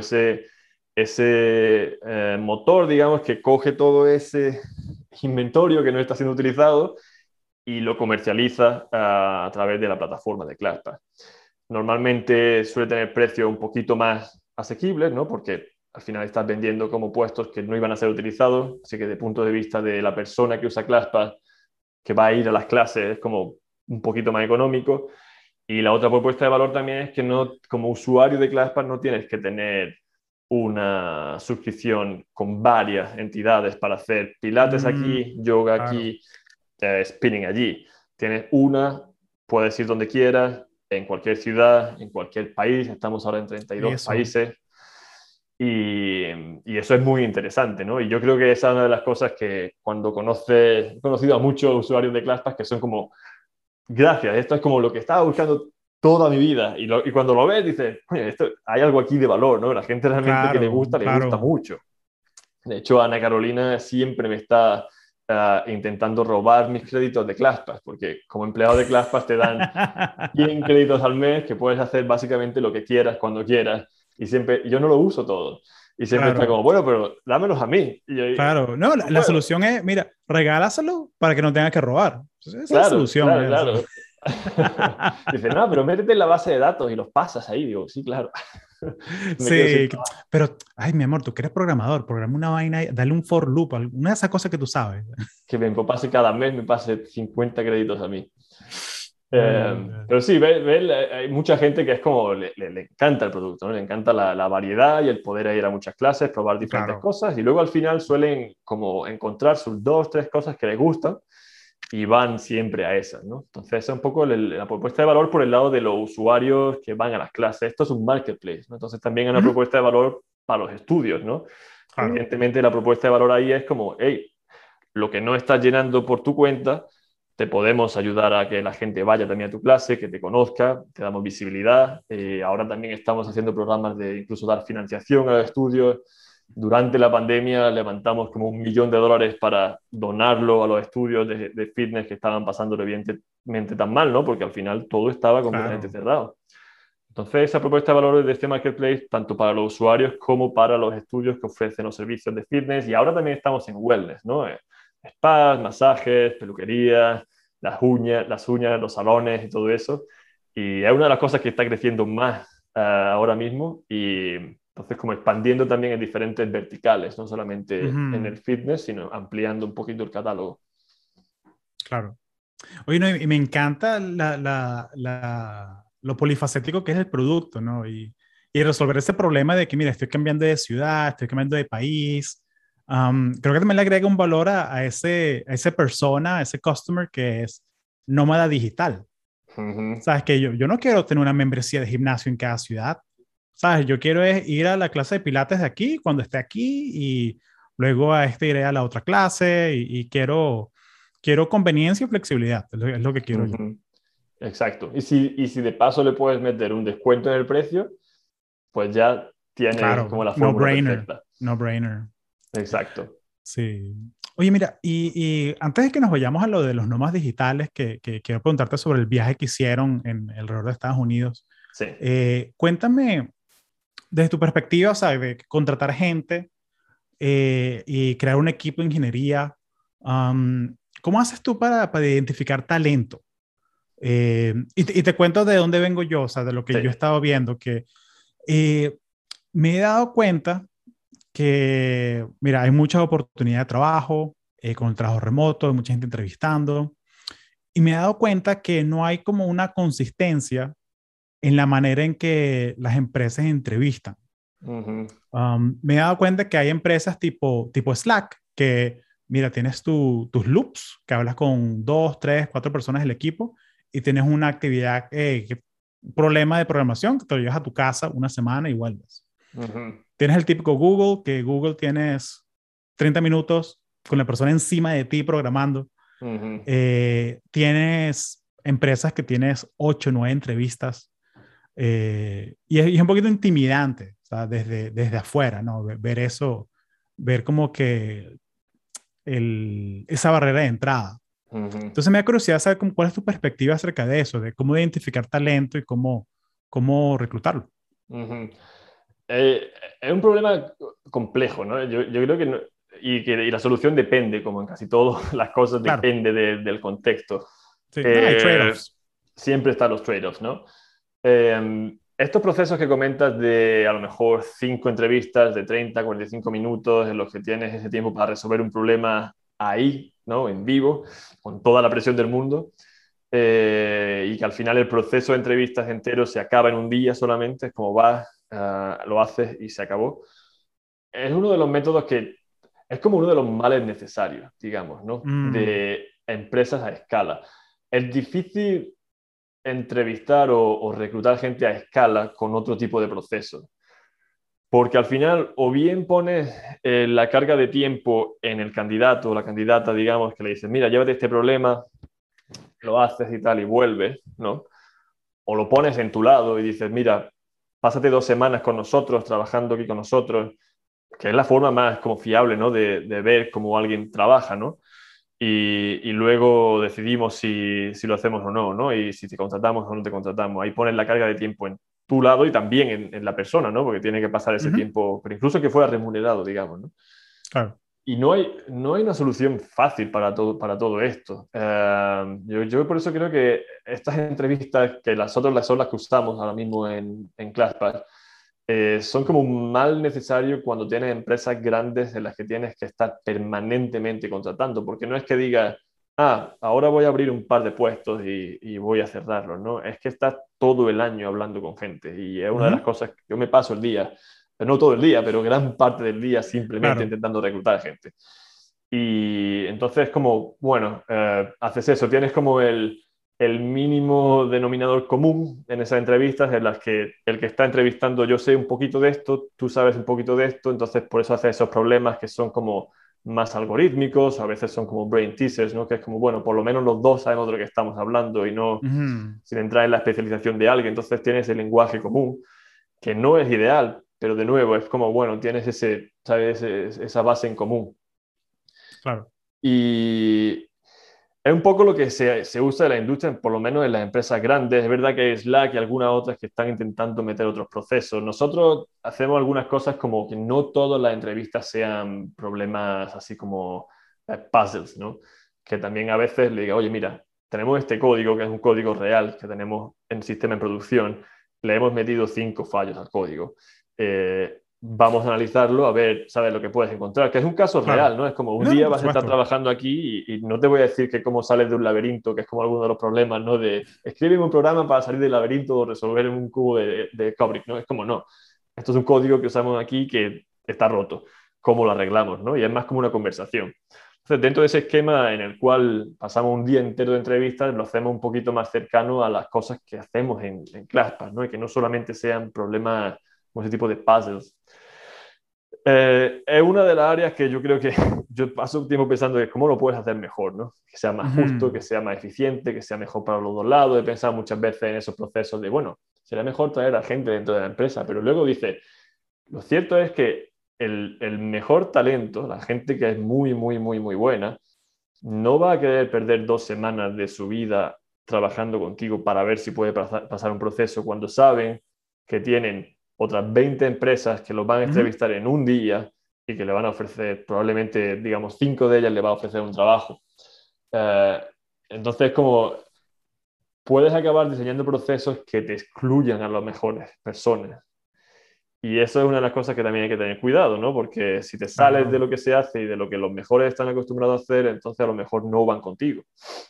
ese motor, digamos, que coge todo ese inventario que no está siendo utilizado y lo comercializa a través de la plataforma de ClassPass. Normalmente suele tener precios un poquito más asequibles, ¿no? Porque al final estás vendiendo como puestos que no iban a ser utilizados, así que de punto de vista de la persona que usa ClassPass, que va a ir a las clases, es como un poquito más económico. Y la otra propuesta de valor también es que no, como usuario de ClassPass no tienes que tener una suscripción con varias entidades para hacer pilates Mm, aquí, yoga claro. aquí, spinning allí. Tienes una, puedes ir donde quieras, en cualquier ciudad, en cualquier país. Estamos ahora en 32 Eso. países. Y eso es muy interesante, ¿no? Y yo creo que esa es una de las cosas que cuando he conocido a muchos usuarios de ClassPass que son como, gracias, esto es como lo que estaba buscando toda mi vida. Y cuando lo ves, dices, oye, hay algo aquí de valor, ¿no? La gente realmente que Claro, le gusta claro. mucho. De hecho, Ana Carolina siempre me está intentando robar mis créditos de ClassPass, porque como empleado de ClassPass te dan 100 créditos al mes que puedes hacer básicamente lo que quieras, cuando quieras. Y siempre, yo no lo uso todo. Y siempre está Claro, como, bueno, pero dámelos a mí. Y yo, claro. No, la, no la puedo. solución es, mira, regálaselo para que no tenga que robar. Esa es la Claro, solución, claro, ¿eh? O sea. claro. Dice, no, pero métete en la base de datos y los pasas ahí. Digo, sí, claro. Me quedo sin Sí, trabajo. pero, ay, mi amor, tú que eres programador, programa una vaina, dale un for loop, una de esas cosas que tú sabes. Que me pase cada mes, me pase 50 créditos a mí. Ay, ay. Pero sí, hay mucha gente que es como, le encanta el producto, ¿no? Le encanta la variedad y el poder ir a muchas clases, probar diferentes Claro. cosas y luego al final suelen como encontrar sus 2, 3 cosas que les gustan y van siempre a esas, ¿no? Entonces, esa es un poco la propuesta de valor por el lado de los usuarios que van a las clases. Esto es un marketplace, ¿no? Entonces, también hay una Ujú. propuesta de valor para los estudios, ¿no? Claro. Evidentemente, la propuesta de valor ahí es como, hey, lo que no estás llenando por tu cuenta, te podemos ayudar a que la gente vaya también a tu clase, que te conozca, te damos visibilidad. Ahora también estamos haciendo programas de incluso dar financiación a los estudios. Durante la pandemia levantamos como $1 millón para donarlo a los estudios de fitness que estaban pasando evidentemente tan mal, ¿no? Porque al final todo estaba completamente Claro. cerrado. Entonces, esa propuesta de valores de este marketplace, tanto para los usuarios como para los estudios que ofrecen los servicios de fitness, y ahora también estamos en wellness, ¿no? Spas, masajes, peluquerías, las uñas, los salones y todo eso. Y es una de las cosas que está creciendo más ahora mismo y entonces como expandiendo también en diferentes verticales, no solamente en Ujú. el fitness, sino ampliando un poquito el catálogo. Claro. Oye, no, y me encanta lo polifacético que es el producto, ¿no? Y resolver ese problema de que, mira, estoy cambiando de ciudad, estoy cambiando de país, Creo que también le agrega un valor a ese persona, a ese customer que es nómada digital. Ujú. Sabes que yo no quiero tener una membresía de gimnasio en cada ciudad. Sabes, yo quiero es ir a la clase de pilates de aquí cuando esté aquí y luego a este iré a la otra clase y quiero conveniencia y flexibilidad. Es lo que quiero yo. Ujú. Exacto. Y si de paso le puedes meter un descuento en el precio, pues ya tienes como Claro, la no fórmula brainer, perfecta. no brainer. Exacto. Sí. Oye, mira, y antes de que nos vayamos a lo de los nómadas digitales, que quiero preguntarte sobre el viaje que hicieron en alrededor de Estados Unidos, Sí. cuéntame desde tu perspectiva, o sea, de contratar gente y crear un equipo de ingeniería, ¿cómo haces tú para identificar talento? Y te cuento de dónde vengo yo, o sea, de lo que Sí. yo he estado viendo, que eh, me he dado cuenta que, mira, hay muchas oportunidades de trabajo, con el trabajo remoto, hay mucha gente entrevistando, y me he dado cuenta que no hay como una consistencia en la manera en que las empresas entrevistan. Ujú. Me he dado cuenta que hay empresas tipo Slack, que, mira, tienes tus loops, que hablas con dos, tres, cuatro personas del equipo, y tienes una actividad, un problema de programación, que te lo llevas a tu casa una semana y vuelves. Ujú. Tienes el típico Google, que Google tienes 30 minutos con la persona encima de ti programando. Ujú. Tienes empresas que tienes 8 9 entrevistas. Y es un poquito intimidante, o sea, desde afuera, ¿no? Ver eso, ver como que esa barrera de entrada. Ujú. Entonces me da curiosidad saber cuál es tu perspectiva acerca de eso, de cómo identificar talento y cómo reclutarlo. Ujú. Eh, es un problema complejo, ¿no? Yo creo que, y la solución depende, como en casi todas las cosas, Claro, depende del contexto. sí, no, hay Eh, trade-offs. siempre están los trade-offs, ¿no? Estos procesos que comentas de a lo mejor 5 entrevistas de 30, 45 minutos en los que tienes ese tiempo para resolver un problema ahí, ¿no? En vivo, con toda la presión del mundo, y que al final el proceso de entrevistas entero se acaba en un día solamente, es como vas, lo haces y se acabó. Es uno de los métodos que es como uno de los males necesarios, digamos, ¿no? Mm, De empresas a escala. Es difícil entrevistar o reclutar gente a escala con otro tipo de proceso. Porque al final, o bien pones la carga de tiempo en el candidato o la candidata, digamos, que le dices, mira, llévate este problema, lo haces y tal, y vuelves, ¿no? O lo pones en tu lado y dices, mira, pásate 2 semanas con nosotros, trabajando aquí con nosotros, que es la forma más como fiable, ¿no? De ver cómo alguien trabaja, ¿no? Y luego decidimos si lo hacemos o no, ¿no? Y si te contratamos o no te contratamos. Ahí pones la carga de tiempo en tu lado y también en la persona, ¿no? Porque tiene que pasar ese ujú, tiempo, pero incluso que fuera remunerado, digamos, ¿no? claro. Y no hay una solución fácil para todo esto. Yo por eso creo que estas entrevistas, que son las que usamos ahora mismo en ClassPass, son como un mal necesario cuando tienes empresas grandes en las que tienes que estar permanentemente contratando, porque no es que digas, ahora voy a abrir un par de puestos y voy a cerrarlos, ¿no? Es que estás todo el año hablando con gente y es una de las Ujú, cosas que yo me paso el día, no todo el día, pero gran parte del día simplemente claro. intentando reclutar gente. Y entonces como, bueno, haces eso, tienes como el mínimo denominador común en esas entrevistas en las que el que está entrevistando yo sé un poquito de esto, tú sabes un poquito de esto, entonces por eso hace esos problemas que son como más algorítmicos, a veces son como brain teasers, ¿no? Que es como, bueno, por lo menos los dos sabemos de lo que estamos hablando y no Ujú, sin entrar en la especialización de alguien, entonces tienes el lenguaje común, que no es ideal, pero de nuevo es como, bueno, tienes ¿sabes? Esa base en común. claro. Y es un poco lo que se usa en la industria, por lo menos en las empresas grandes. Es verdad que hay Slack y algunas otras que están intentando meter otros procesos. Nosotros hacemos algunas cosas como que no todas las entrevistas sean problemas así como puzzles, ¿no? Que también a veces le diga, oye, mira, tenemos este código que es un código real que tenemos en sistema en producción, le hemos metido 5 fallos al código. Vamos a analizarlo, a ver, sabes lo que puedes encontrar, que es un caso Claro. real, ¿no? Es como un No, no, día por vas a estar supuesto. trabajando aquí y no te voy a decir que cómo sales de un laberinto, que es como alguno de los problemas, ¿no? De escribir un programa para salir del laberinto o resolver un cubo de Kubrick, ¿no? Es como, no, esto es un código que usamos aquí que está roto. cómo lo arreglamos, ¿no? Y es más como una conversación. Entonces, dentro de ese esquema en el cual pasamos un día entero de entrevistas, lo hacemos un poquito más cercano a las cosas que hacemos en ClassPass, ¿no? Y que no solamente sean problemas como ese tipo de puzzles. Es una de las áreas que yo creo que yo paso un tiempo pensando que cómo lo puedes hacer mejor, ¿no? Que sea más justo, que sea más eficiente, que sea mejor para los dos lados. He pensado muchas veces en esos procesos de, bueno, será mejor traer a gente dentro de la empresa, pero luego dice, lo cierto es que el mejor talento, la gente que es muy, muy, muy, muy buena, no va a querer perder 2 semanas de su vida trabajando contigo para ver si puede pasar un proceso cuando saben que tienen otras 20 empresas que los van a entrevistar en un día y que le van a ofrecer, probablemente, digamos, 5 de ellas le va a ofrecer un trabajo. Entonces, como puedes acabar diseñando procesos que te excluyan a las mejores personas. Y eso es una de las cosas que también hay que tener cuidado, ¿no? Porque si te sales de lo que se hace y de lo que los mejores están acostumbrados a hacer, entonces a lo mejor no van contigo.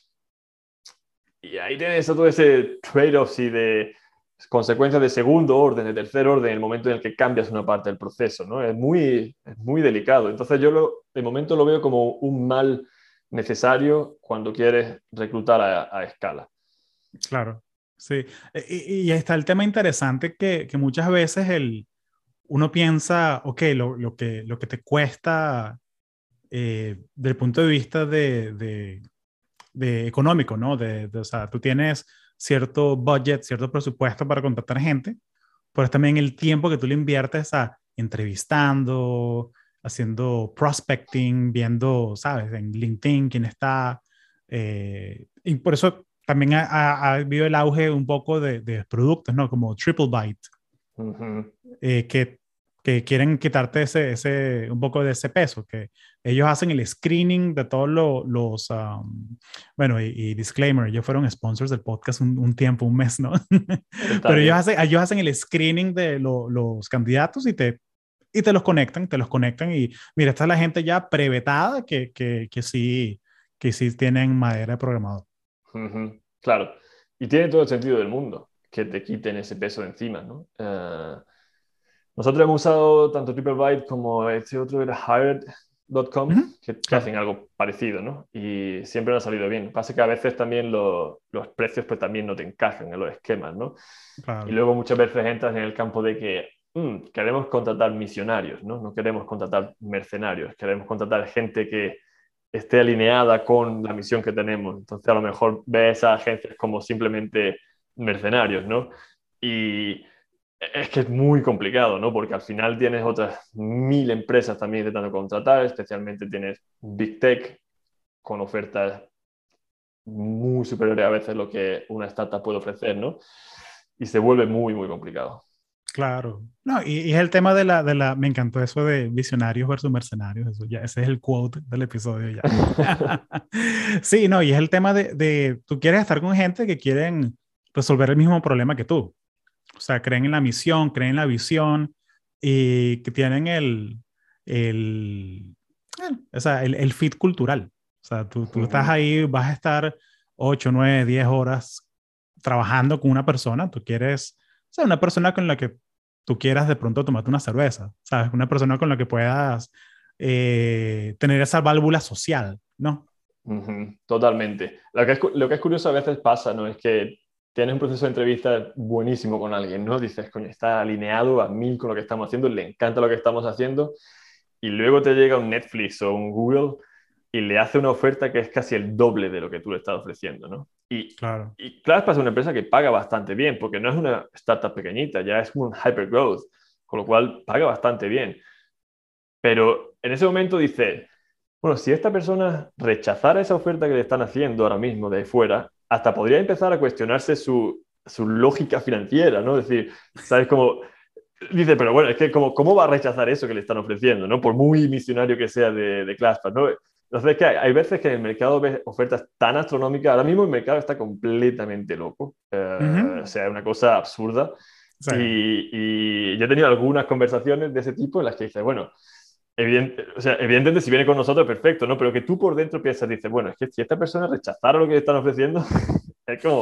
Y ahí tienes todo ese trade-off y de consecuencias de segundo orden, de tercer orden, en el momento en el que cambias una parte del proceso, ¿no? Es muy delicado. Entonces yo de momento lo veo como un mal necesario cuando quieres reclutar a escala. Claro, sí. Y está el tema interesante que muchas veces uno piensa, ok, lo que te cuesta desde el punto de vista de económico, ¿no? O sea, tú tienes cierto budget, cierto presupuesto para contratar gente, pero es también el tiempo que tú le inviertes a entrevistando, haciendo prospecting, viendo, ¿sabes? En LinkedIn quién está. Y por eso también ha habido el auge un poco de productos, ¿no? Como TripleByte, Uh-huh. eh, que, que quieren quitarte un poco de ese peso, que ellos hacen el screening de todos los, bueno, y disclaimer, ellos fueron sponsors del podcast un tiempo, un mes, ¿no? Está Pero bien. ellos hacen el screening de los candidatos y te los conectan y mira, esta es la gente ya prevetada que sí tienen madera de programador. Uh-huh. Claro. Y tiene todo el sentido del mundo que te quiten ese peso de encima, ¿no? Nosotros hemos usado tanto TripleByte como este otro era Hired.com, Ujú, que claro. hacen algo parecido, ¿no? Y siempre nos ha salido bien. Pasa que a veces también los precios pues también no te encajan en los esquemas, ¿no? Y Claro. luego muchas veces entras en el campo de que queremos contratar misionarios, ¿no? No queremos contratar mercenarios, queremos contratar gente que esté alineada con la misión que tenemos. Entonces a lo mejor ves a agencias como simplemente mercenarios, ¿no? Y es que es muy complicado, ¿no? Porque al final tienes otras 1000 empresas también intentando contratar, especialmente tienes Big Tech con ofertas muy superiores a veces lo que una startup puede ofrecer, ¿no? Y se vuelve muy, muy complicado. Claro. No, y es el tema me encantó eso de visionarios versus mercenarios, eso ya, ese es el quote del episodio ya. Sí, no, y es el tema tú quieres estar con gente que quieren resolver el mismo problema que tú. O sea, creen en la misión, creen en la visión y que tienen o sea, el fit cultural. O sea, tú estás Uh-huh. ahí, vas a estar 8, 9, 10 horas trabajando con una persona, tú quieres, o sea, una persona con la que tú quieras de pronto tomarte una cerveza, ¿sabes? Una persona con la que puedas tener esa válvula social, ¿no? Uh-huh. Totalmente. Lo que es curioso a veces pasa, ¿no? Es que tienes un proceso de entrevista buenísimo con alguien, ¿no? Dices, coño, está alineado a 1000 con lo que estamos haciendo, le encanta lo que estamos haciendo, y luego te llega un Netflix o un Google y le hace una oferta que es casi el doble de lo que tú le estás ofreciendo, ¿no? Claro. Y Classpass es una empresa que paga bastante bien, porque no es una startup pequeñita, ya es como un hypergrowth, con lo cual paga bastante bien. Pero en ese momento dice, bueno, si esta persona rechazara esa oferta que le están haciendo ahora mismo de ahí fuera, hasta podría empezar a cuestionarse su lógica financiera, ¿no? Es decir, ¿sabes cómo? Dice, pero bueno, es que ¿cómo va a rechazar eso que le están ofreciendo, ¿no? Por muy misionario que sea de ClassPass, ¿no? Entonces, es que hay veces que en el mercado ves ofertas tan astronómicas. Ahora mismo el mercado está completamente loco. O Ujú. sea, una cosa absurda. Sí. Y yo he tenido algunas conversaciones de ese tipo en las que dices, bueno, o sea, evidentemente si viene con nosotros, perfecto, ¿no? Pero que tú por dentro piensas, dices, bueno, es que si esta persona rechazara lo que le están ofreciendo, es como,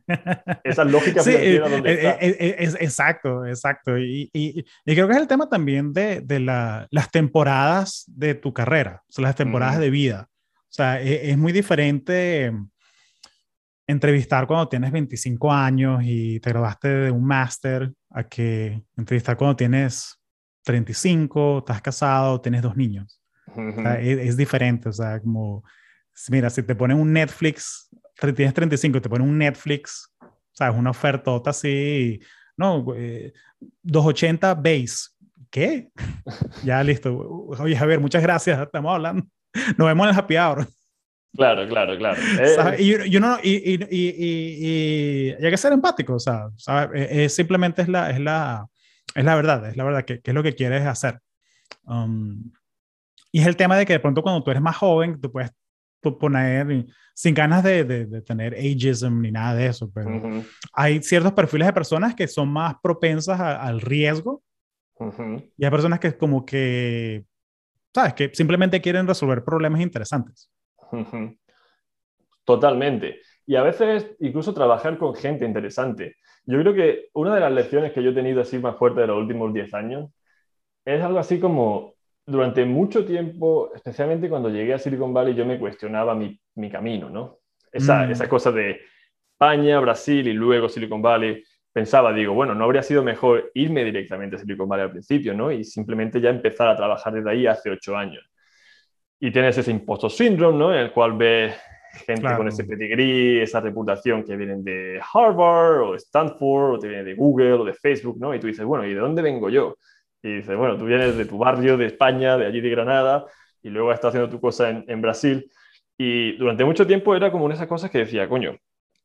esa lógica Sí, financiera, ¿dónde está? exacto, exacto. Y creo que es el tema también de las temporadas de tu carrera, o sea, las temporadas Ujú, de vida. O sea, es muy diferente entrevistar cuando tienes 25 años y te graduaste de un máster a que entrevistar cuando tienes 35, estás casado, tienes dos niños. O sea, ujú. es diferente. O sea, como, mira, si te ponen un Netflix, tienes 35, te ponen un Netflix, o sea, es una ofertota así, no, 280 base. ¿Qué? Ya listo. Oye, Javier, muchas gracias. Estamos hablando. Nos vemos en el happy hour. Claro, claro, claro. ¿Sabes? Y hay que ser empático, o sea, ¿sabes? Simplemente es la verdad que es lo que quieres hacer. Um, y es el tema de que de pronto cuando tú eres más joven, tú puedes poner, sin ganas de tener ageism ni nada de eso, pero Ujú, hay ciertos perfiles de personas que son más propensas al riesgo ujú, y hay personas que como que, ¿sabes? Que simplemente quieren resolver problemas interesantes. ujú. Totalmente. Y a veces incluso trabajar con gente interesante. Yo creo que una de las lecciones que yo he tenido así más fuerte de los últimos 10 años es algo así como, durante mucho tiempo, especialmente cuando llegué a Silicon Valley, yo me cuestionaba mi camino, ¿no? Esa Mm, cosa de España, Brasil y luego Silicon Valley. Pensaba, digo, bueno, ¿no habría sido mejor irme directamente a Silicon Valley al principio, ¿no? Y simplemente ya empezar a trabajar desde ahí hace 8 años. Y tienes ese impostor syndrome, ¿no? En el cual ves gente con ese claro. pedigrí, esa reputación que vienen de Harvard o de Stanford o te viene de Google o de Facebook, ¿no? Y tú dices, bueno, ¿y de dónde vengo yo? Y dices, bueno, tú vienes de tu barrio, de España, de allí de Granada, y luego estás haciendo tu cosa en Brasil. Y durante mucho tiempo era como una de esas cosas que decía, coño,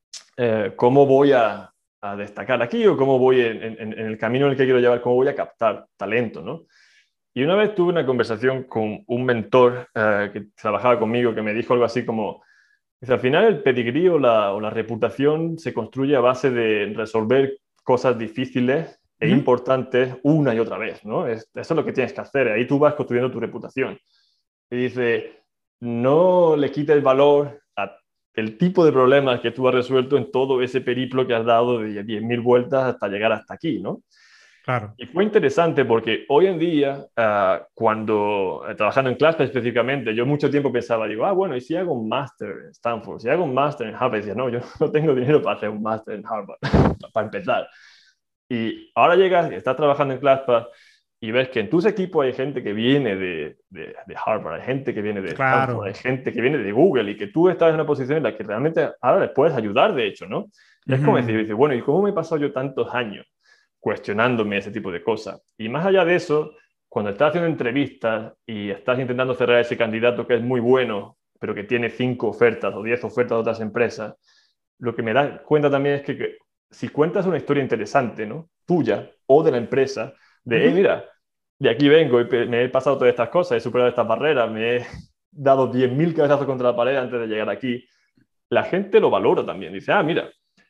¿cómo voy a destacar aquí o cómo voy en el camino en el que quiero llevar, cómo voy a captar talento, ¿no? Y una vez tuve una conversación con un mentor que trabajaba conmigo que me dijo algo así como, dice, al final el pedigrí o la reputación se construye a base de resolver cosas difíciles e Ujú. importantes una y otra vez, ¿no? Eso es lo que tienes que hacer, ahí tú vas construyendo tu reputación. Y dice, no le quites valor a el tipo de problemas que tú has resuelto en todo ese periplo que has dado de 10.000 vueltas hasta llegar hasta aquí, ¿no? Claro. Y fue interesante porque hoy en día, cuando trabajando en clase específicamente, yo mucho tiempo pensaba, digo, bueno, ¿y si hago un máster en Stanford? Si hago un máster en Harvard, decía, no, yo no tengo dinero para hacer un máster en Harvard, para empezar. Y ahora llegas y estás trabajando en ClassPass y ves que en tus equipos hay gente que viene de Harvard, hay gente que viene de Stanford, hay Claro. gente que viene de Google y que tú estás en una posición en la que realmente ahora les puedes ayudar, de hecho, ¿no? Es como decir, Ujú. dice, bueno, ¿y cómo me he pasado yo tantos años cuestionándome ese tipo de cosas? Y más allá de eso, cuando estás haciendo entrevistas y estás intentando cerrar ese candidato que es muy bueno, pero que tiene 5 ofertas o 10 ofertas de otras empresas, lo que me da cuenta también es que si cuentas una historia interesante, ¿no? Tuya o de la empresa, de, hey, Ujú. mira, de aquí vengo y me he pasado todas estas cosas, he superado estas barreras, me he dado 10.000 cabezazos contra la pared antes de llegar aquí, la gente lo valora también. Dice, mira,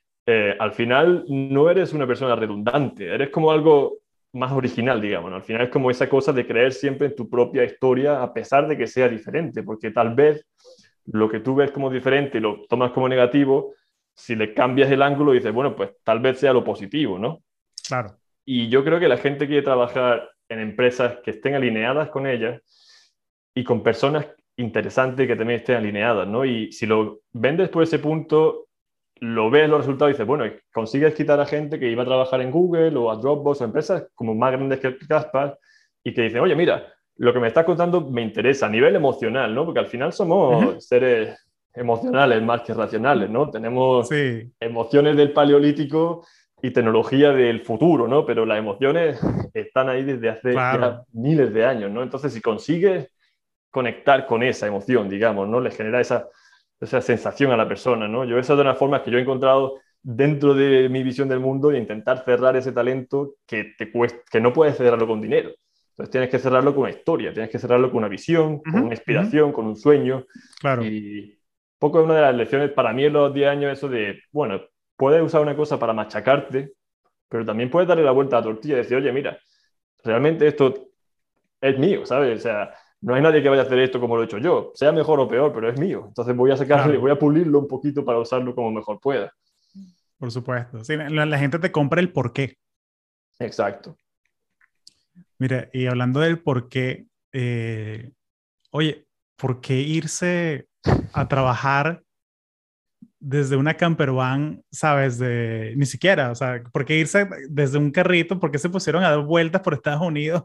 al final no eres una persona redundante, eres como algo más original, digamos, ¿no? Al final es como esa cosa de creer siempre en tu propia historia a pesar de que sea diferente, porque tal vez lo que tú ves como diferente y lo tomas como negativo, si le cambias el ángulo dices, bueno, pues tal vez sea lo positivo, ¿no? Claro. Y yo creo que la gente quiere trabajar en empresas que estén alineadas con ellas y con personas interesantes que también estén alineadas, ¿no? Y si lo vendes por ese punto, lo ves los resultados y dices, bueno, consigues quitar a gente que iba a trabajar en Google o a Dropbox o empresas como más grandes que Caspar y que dicen, oye, mira, lo que me estás contando me interesa a nivel emocional, ¿no? Porque al final Ujú. somos seres emocionales más que racionales, ¿no? Tenemos Sí, emociones del paleolítico y tecnología del futuro, ¿no? Pero las emociones están ahí desde hace ya claro. miles de años, ¿no? Entonces, si consigues conectar con esa emoción, digamos, ¿no? Le genera esa sensación a la persona, ¿no? Yo esa es de las formas que yo he encontrado dentro de mi visión del mundo y intentar cerrar ese talento que te cuesta, que no puedes cerrarlo con dinero. Entonces tienes que cerrarlo con una historia, tienes que cerrarlo con una visión, con Ujú, una ujú. inspiración, con un sueño. Claro. Y poco es una de las lecciones para mí en los 10 años eso de, bueno, puedes usar una cosa para machacarte, pero también puedes darle la vuelta a la tortilla y decir, oye, mira, realmente esto es mío, ¿sabes? O sea, no hay nadie que vaya a hacer esto como lo he hecho yo, sea mejor o peor, pero es mío. Entonces voy a sacarle, Claro. voy a pulirlo un poquito para usarlo como mejor pueda. por supuesto. Sí, la gente te compra el porqué. Exacto. Mira, y hablando del porqué, oye, ¿por qué irse a trabajar desde una camper van, sabes, ni siquiera, o sea, ¿por qué irse desde un carrito? ¿Por qué se pusieron a dar vueltas por Estados Unidos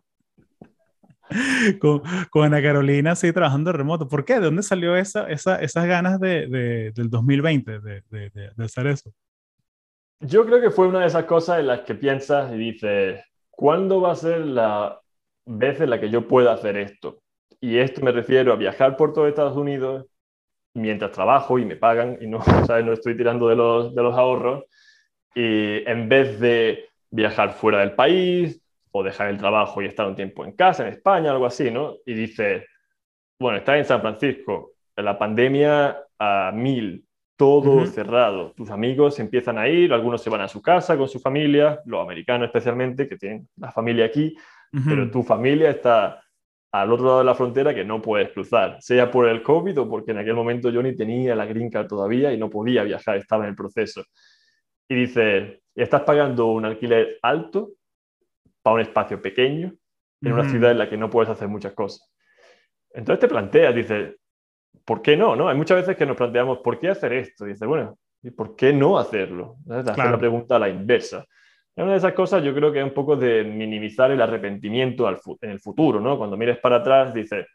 con, con Ana Carolina así trabajando de remoto? ¿Por qué? ¿De dónde salió esas ganas del 2020 de hacer eso? Yo creo que fue una de esas cosas en las que piensas y dices, ¿cuándo va a ser la vez en la que yo pueda hacer esto? Y esto me refiero a viajar por todo Estados Unidos mientras trabajo y me pagan y no, ¿sabes? No estoy tirando de los ahorros. Y en vez de viajar fuera del país o dejar el trabajo y estar un tiempo en casa, en España, algo así, ¿no? Y dices, bueno, estás en San Francisco, la pandemia a mil, todo Ujú, cerrado. Tus amigos empiezan a ir, algunos se van a su casa con su familia, los americanos especialmente, que tienen la familia aquí, pero ujú. tu familia está al otro lado de la frontera que no puedes cruzar, sea por el COVID o porque en aquel momento yo ni tenía la green card todavía y no podía viajar, estaba en el proceso. Y dices, estás pagando un alquiler alto para un espacio pequeño en una ciudad Ujú. en la que no puedes hacer muchas cosas. Entonces te planteas, dices, ¿por qué no? ¿no? Hay muchas veces que nos planteamos, ¿por qué hacer esto? Y dices, bueno, ¿y por qué no hacerlo? ¿Sabes? Hacer la Claro, pregunta a la inversa. Y una de esas cosas yo creo que es un poco de minimizar el arrepentimiento en el futuro, ¿no? Cuando mires para atrás, dices,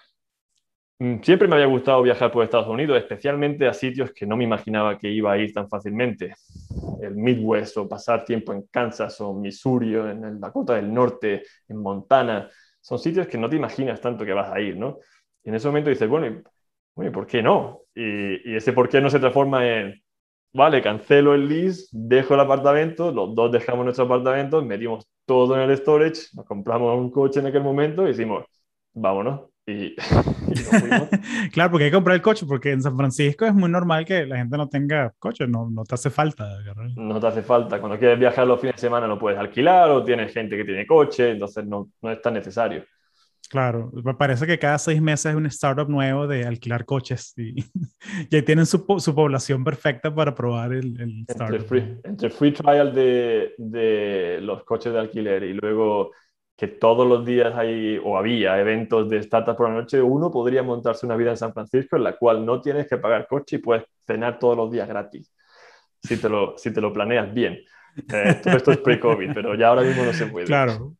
siempre me había gustado viajar por Estados Unidos, especialmente a sitios que no me imaginaba que iba a ir tan fácilmente. El Midwest o pasar tiempo en Kansas o Missouri o en el Dakota del Norte, en Montana. Son sitios que no te imaginas tanto que vas a ir, ¿no? Y en ese momento dices, bueno, ¿y por qué no? Y ese por qué no se transforma en, vale, cancelo el lease, dejo el apartamento, los dos dejamos nuestro apartamento, metimos todo en el storage, nos compramos un coche en aquel momento y decimos, vámonos. Y, y nos fuimos. claro, porque hay que comprar el coche, porque en San Francisco es muy normal que la gente no tenga coche, no te hace falta agarrar. No te hace falta. Cuando quieres viajar los fines de semana lo puedes alquilar o tienes gente que tiene coche, entonces no es tan necesario. Claro, me parece que cada 6 meses hay un startup nuevo de alquilar coches y, y ahí tienen su población perfecta para probar el startup. Entre free trial de los coches de alquiler y luego que todos los días hay o había eventos de startups por la noche, uno podría montarse una vida en San Francisco en la cual no tienes que pagar coche y puedes cenar todos los días gratis, si te lo planeas bien. Todo esto es pre-COVID, pero ya ahora mismo no se puede. Claro.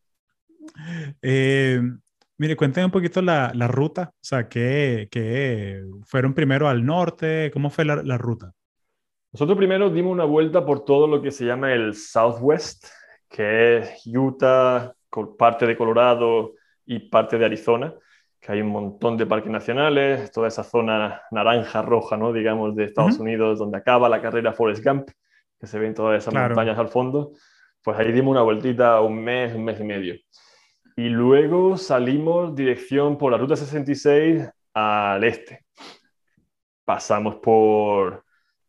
Eh, mire, cuéntame un poquito la ruta, o sea, ¿qué fueron primero al norte? ¿Cómo fue la ruta? Nosotros primero dimos una vuelta por todo lo que se llama el Southwest, que es Utah, parte de Colorado y parte de Arizona, que hay un montón de parques nacionales, toda esa zona naranja, roja, ¿no? Digamos, de Estados Ujú, Unidos, donde acaba la carrera Forrest Gump, que se ven todas esas claro. montañas al fondo. Pues ahí dimos una vueltita un mes y medio. Y luego salimos dirección por la Ruta 66 al este. Pasamos por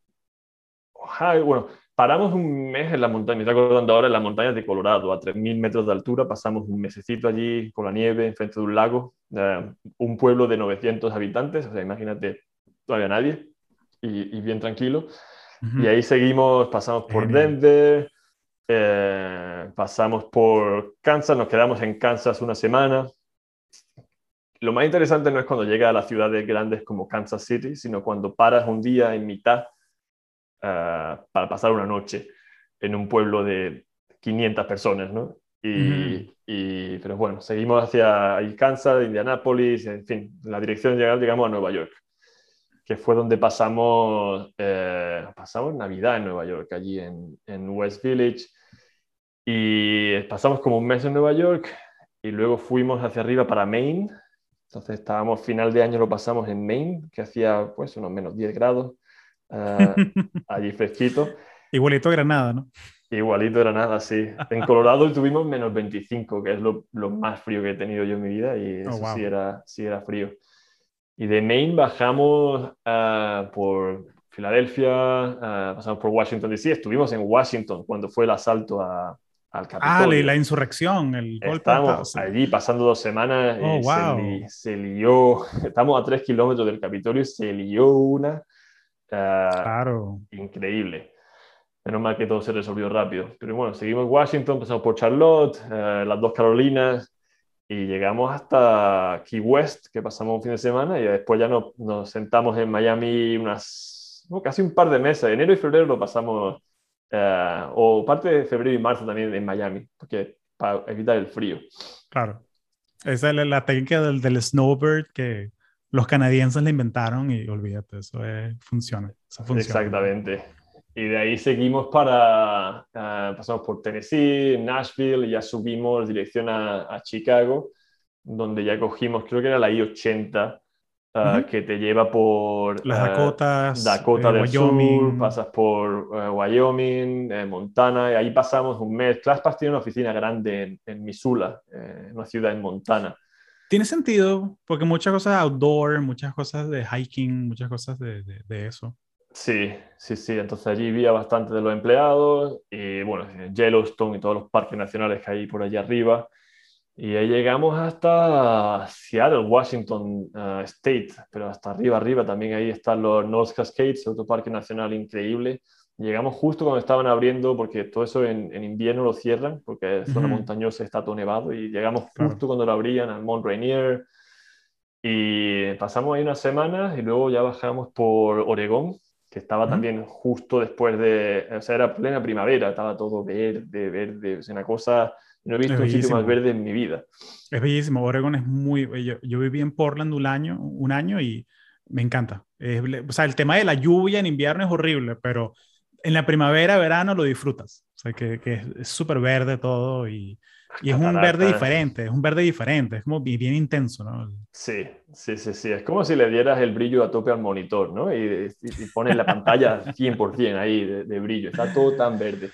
bueno, paramos un mes en la montaña, me estoy acordando ahora en las montañas de Colorado, a 3.000 metros de altura, pasamos un mesecito allí con la nieve, enfrente de un lago, un pueblo de 900 habitantes, o sea, imagínate, todavía nadie, y bien tranquilo. Y Ujú, ahí seguimos, pasamos por genial. Denver, pasamos por Kansas, nos quedamos en Kansas una semana. Lo más interesante no es cuando llegas a las ciudades grandes como Kansas City, sino cuando paras un día en mitad para pasar una noche en un pueblo de 500 personas, ¿no? Ujú. Pero bueno, seguimos hacia Kansas, Indianápolis, en fin, la dirección general llegamos a Nueva York, que fue donde pasamos Navidad en Nueva York, allí en West Village, y pasamos como un mes en Nueva York, y luego fuimos hacia arriba para Maine, entonces estábamos, final de año lo pasamos en Maine, que hacía pues unos menos 10 grados, uh, allí fresquito. Igualito a Granada, ¿no? Igualito era nada, sí. En Colorado tuvimos menos 25, que es lo más frío que he tenido yo en mi vida, y Oh, eso wow. sí era frío. Y de Maine bajamos por Filadelfia, pasamos por Washington, D.C. Estuvimos en Washington cuando fue el asalto al Ah, la Capitolio. insurrección, el golpe de Estado, Estábamos sí. allí pasando 2 semanas Oh, y wow. se lió, estamos a 3 kilómetros del Capitolio y se lió una Claro. increíble. Menos mal que todo se resolvió rápido. Pero bueno, seguimos Washington, pasamos por Charlotte, las dos Carolinas y llegamos hasta Key West, que pasamos un fin de semana y después ya nos sentamos en Miami casi un par de meses. Enero y febrero lo pasamos, o parte de febrero y marzo también en Miami, porque para evitar el frío. Claro. Esa es la técnica del snowbird que los canadienses la inventaron y olvídate, funciona. Eso funciona. Exactamente. Y de ahí seguimos pasamos por Tennessee, Nashville, y ya subimos dirección a Chicago, donde ya cogimos, creo que era la I-80, Ujú. que te lleva por Las Dakotas, Dakota del Sur, Wyoming. pasas por Wyoming, Montana, y ahí pasamos un mes. ClassPass tiene una oficina grande en Missoula, una ciudad en Montana. Tiene sentido, porque muchas cosas outdoor, muchas cosas de hiking, muchas cosas de eso. Sí, sí, sí. Entonces allí vi a bastante de los empleados y bueno, Yellowstone y todos los parques nacionales que hay por allá arriba. Y ahí llegamos hasta Seattle, Washington State, pero hasta arriba, arriba también ahí están los North Cascades, otro parque nacional increíble. Llegamos justo cuando estaban abriendo, porque todo eso en invierno lo cierran, porque es zona Ujú, montañosa, está todo nevado, y llegamos claro. justo cuando lo abrían al Mount Rainier. Y pasamos ahí unas semanas y luego ya bajamos por Oregón, que estaba Ujú. también justo después o sea, era plena primavera, estaba todo verde, verde, es una cosa, no he Es visto un sitio más bellísimo. verde en mi vida. Es bellísimo. Oregon es muy bello. Yo viví en Portland un año y me encanta. O sea, el tema de la lluvia en invierno es horrible, pero en la primavera, verano lo disfrutas. O sea, que es súper verde todo y es un verde Cataratas, diferente, es un verde diferente, es como bien intenso, ¿no? sí, sí, sí, sí, es como si le dieras el brillo a tope al monitor, ¿no? Y pones la pantalla 100% ahí de brillo, está todo tan verde.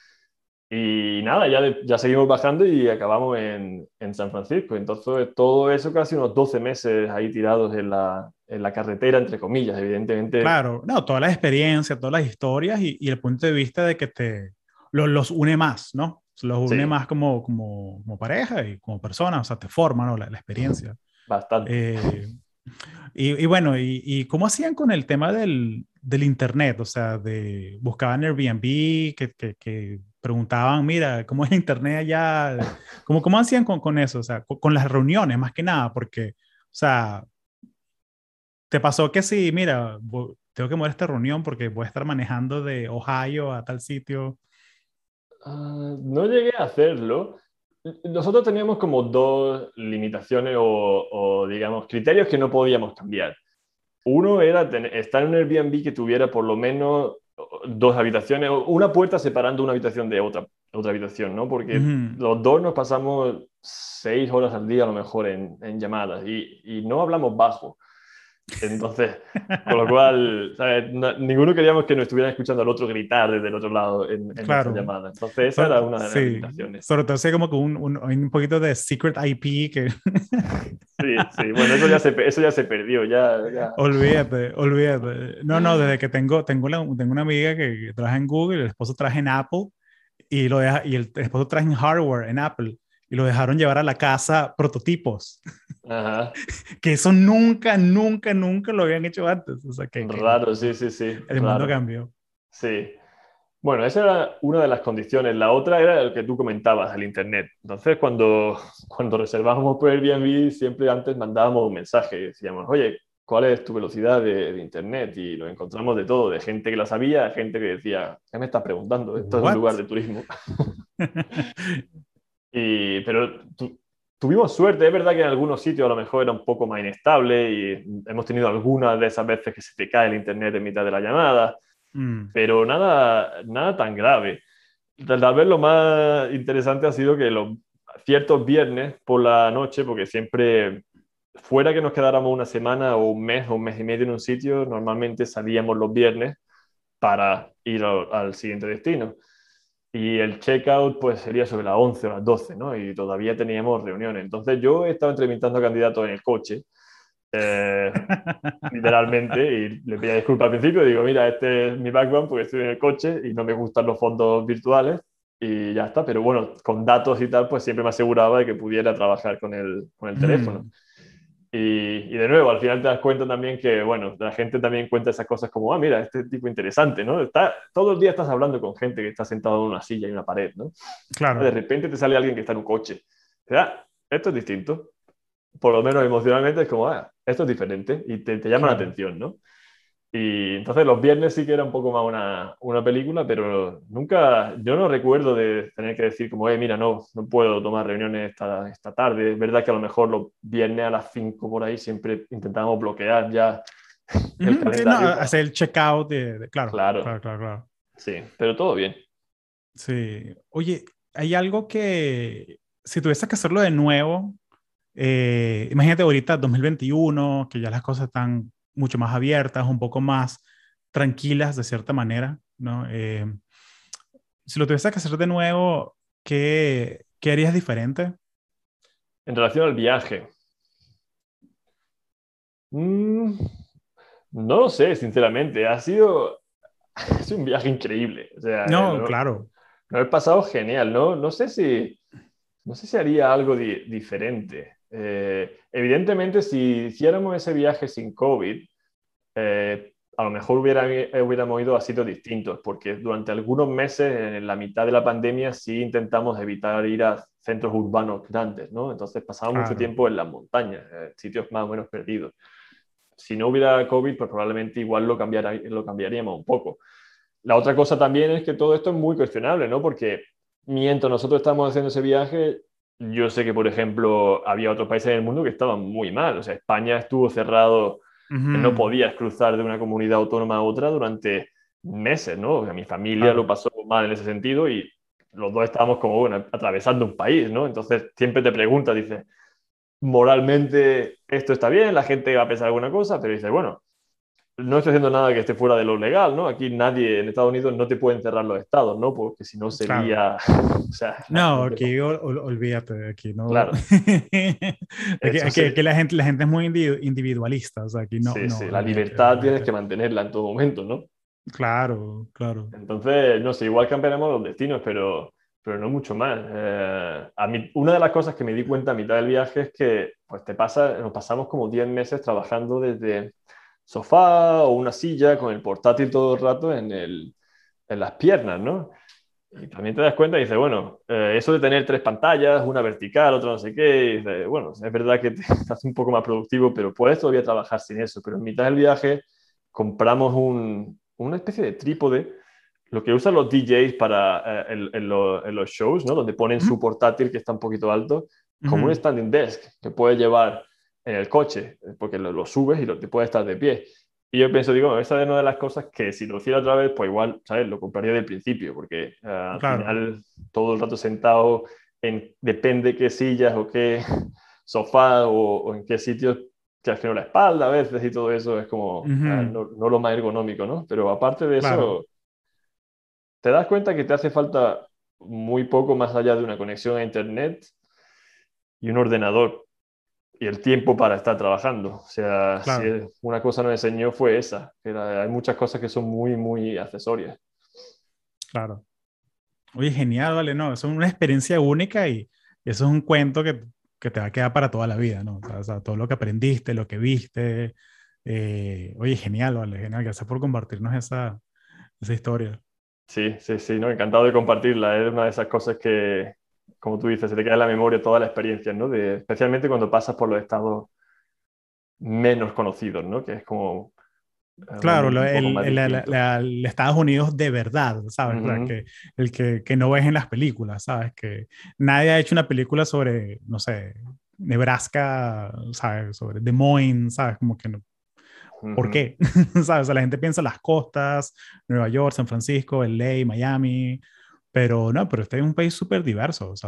Y nada, ya seguimos bajando y acabamos en San Francisco. Entonces, todo eso casi unos 12 meses ahí tirados en la carretera, entre comillas, evidentemente. Claro, no, todas las experiencias, todas las historias y el punto de vista de que los une más, ¿no? Los une Sí, más como pareja y como persona, o sea, te forma, ¿no? La experiencia. bastante. Eh, y bueno, y cómo hacían con el tema del internet? O sea, buscaban Airbnb, que preguntaban, mira, ¿cómo es el internet allá? ¿Cómo hacían con eso? O sea, con las reuniones, más que nada, porque, o sea, te pasó que sí, mira, tengo que mover esta reunión porque voy a estar manejando de Ohio a tal sitio. No llegué a hacerlo. Nosotros teníamos como dos limitaciones digamos, criterios que no podíamos cambiar. Uno era estar en un Airbnb que tuviera por lo menos dos habitaciones, o una puerta separando una habitación de otra habitación, ¿no? Porque Ujú. los dos nos pasamos 6 horas al día a lo mejor en llamadas y no hablamos bajo. Entonces, con lo cual, ¿sabes? Ninguno queríamos que nos estuvieran escuchando al otro gritar desde el otro lado en nuestra Claro. llamada. Entonces, esa era una de las Sí, limitaciones. sobre todo si hay como que un poquito de secret IP que Sí, sí, bueno, eso ya se perdió, ya. olvídate, olvídate. No, no, desde que tengo una amiga que trabaja en Google, el esposo trabaja en Apple y el esposo trabaja en hardware en Apple y lo dejaron llevar a la casa prototipos, Ajá. que eso nunca, nunca, nunca lo habían hecho antes. O sea, que Raro, sí, sí, sí, el mundo raro. cambió. Sí. Bueno, esa era una de las condiciones. La otra era el que tú comentabas, el Internet. Entonces, cuando reservábamos por Airbnb, siempre antes mandábamos un mensaje y decíamos, oye, ¿cuál es tu velocidad de Internet? Y lo encontramos de todo, de gente que la sabía, gente que decía, ¿qué me estás preguntando? Esto es un lugar What? de turismo. Pero tuvimos suerte, es verdad que en algunos sitios a lo mejor era un poco más inestable y hemos tenido algunas de esas veces que se te cae el Internet en mitad de la llamada, Mm. pero nada, nada tan grave. Tal vez lo más interesante ha sido que los ciertos viernes por la noche, porque siempre fuera que nos quedáramos una semana o un mes y medio en un sitio, normalmente salíamos los viernes para ir al siguiente destino. Y el checkout pues sería sobre las 11 o las 12, ¿no? Y todavía teníamos reuniones. Entonces yo he estado entrevistando candidatos en el coche, eh, literalmente, y le pedía disculpas al principio, digo, mira, este es mi background porque estoy en el coche y no me gustan los fondos virtuales y ya está, pero bueno, con datos y tal, pues siempre me aseguraba de que pudiera trabajar con el teléfono. Mm. Y de nuevo, al final te das cuenta también que, bueno, la gente también cuenta esas cosas como, ah, mira, este tipo interesante, ¿no? Todo el día estás hablando con gente que está sentado en una silla y una pared, ¿no? De Claro, repente te sale alguien que está en un coche. Ah, esto es distinto. Por lo menos emocionalmente es como, ah, esto es diferente y te llama la claro. atención, ¿no? Y entonces los viernes sí que era un poco más una película, pero nunca, yo no recuerdo de tener que decir como, mira, no puedo tomar reuniones esta tarde. Es verdad que a lo mejor los viernes a las 5 por ahí siempre intentábamos bloquear ya el Ujú, sí, no, calendario para... hacer el checkout claro, Claro, claro, claro, claro. sí, pero todo bien. Sí. Oye, hay algo que, si tuvieses que hacerlo de nuevo, imagínate ahorita 2021, que ya las cosas están mucho más abiertas, un poco más tranquilas de cierta manera, ¿no? Si lo tuvieses que hacer de nuevo, ¿qué harías diferente? En relación al viaje, mm, no lo sé, sinceramente. Es un viaje increíble. O sea, No, claro. lo he pasado genial, ¿no? No sé si haría algo diferente. Evidentemente, si hiciéramos ese viaje sin COVID, a lo mejor hubiéramos ido a sitios distintos, porque durante algunos meses, en la mitad de la pandemia, sí intentamos evitar ir a centros urbanos grandes, ¿no? Entonces pasamos mucho Claro. tiempo en las montañas, sitios más o menos perdidos. Si no hubiera COVID, pues probablemente igual lo cambiaríamos un poco. La otra cosa también es que todo esto es muy cuestionable, ¿no? Porque mientras nosotros estamos haciendo ese viaje, yo sé que, por ejemplo, había otros países del mundo que estaban muy mal. O sea, España estuvo cerrado, no Ujú, podías cruzar de una comunidad autónoma a otra durante meses, ¿no? O sea, mi familia lo claro. pasó mal en ese sentido y los dos estábamos como, bueno, atravesando un país, ¿no? Entonces siempre te preguntas, dices, moralmente esto está bien, la gente va a pensar alguna cosa, pero dices, bueno, no estoy haciendo nada que esté fuera de lo legal, ¿no? Aquí nadie en Estados Unidos no te pueden cerrar los estados, ¿no? Porque si no Claro. sería, o sea, No, no te... aquí olvídate, aquí no. Claro, Aquí, eso aquí sería... la gente es muy individualista, o sea, aquí no, Sí, no, sí, la olvídate, libertad tienes que olvídate. mantenerla en todo momento, ¿no? Claro, claro. Entonces, no sé, igual cambiaremos los destinos, pero no mucho más. A mí, una de las cosas que me di cuenta a mitad del viaje es que pues nos pasamos como 10 meses trabajando desde sofá o una silla con el portátil todo el rato en las piernas, ¿no? Y también te das cuenta y dices, bueno, eso de tener tres pantallas, una vertical, otra no sé qué, y dices, bueno, es verdad que te hace un poco más productivo, pero puedes todavía trabajar sin eso. Pero en mitad del viaje compramos una especie de trípode, lo que usan los DJs para, en los shows, ¿no? Donde ponen Ujú, su portátil que está un poquito alto, como un ujú. standing desk que puedes llevar en el coche, porque lo subes y te puedes estar de pie. Y yo pienso, digo, esa es una de las cosas que si lo hiciera otra vez, pues igual, ¿sabes? Lo compraría del principio, porque al Claro. final todo el rato sentado depende qué sillas o qué sofá o en qué sitios te afino la espalda a veces y todo eso es como Ujú, no lo más ergonómico, ¿no? Pero aparte de claro. eso, te das cuenta que te hace falta muy poco más allá de una conexión a Internet y un ordenador y el tiempo para estar trabajando. O sea, si Claro, una cosa nos enseñó fue esa, hay muchas cosas que son muy, muy accesorias. claro. Oye, genial, vale, no, eso es una experiencia única y eso es un cuento que te va a quedar para toda la vida, ¿no? O sea, todo lo que aprendiste, lo que viste. Oye, genial, vale, genial. Gracias por compartirnos esa historia. Sí, sí, sí, ¿no? Encantado de compartirla. Es una de esas cosas que, como tú dices, se te queda en la memoria toda la experiencia, ¿no? Especialmente cuando pasas por los estados menos conocidos, ¿no? Que es como un Claro, ambiente un poco más distinto. el Estados Unidos de verdad, ¿sabes? O sea, Ujú, que no ves en las películas, ¿sabes? Que nadie ha hecho una película sobre, no sé, Nebraska, ¿sabes? Sobre Des Moines, ¿sabes? Como que no. ¿Por ujú. qué? ¿Sabes? O sea, la gente piensa las costas, Nueva York, San Francisco, LA, Miami, pero no, pero este es un país súper diverso, o sea,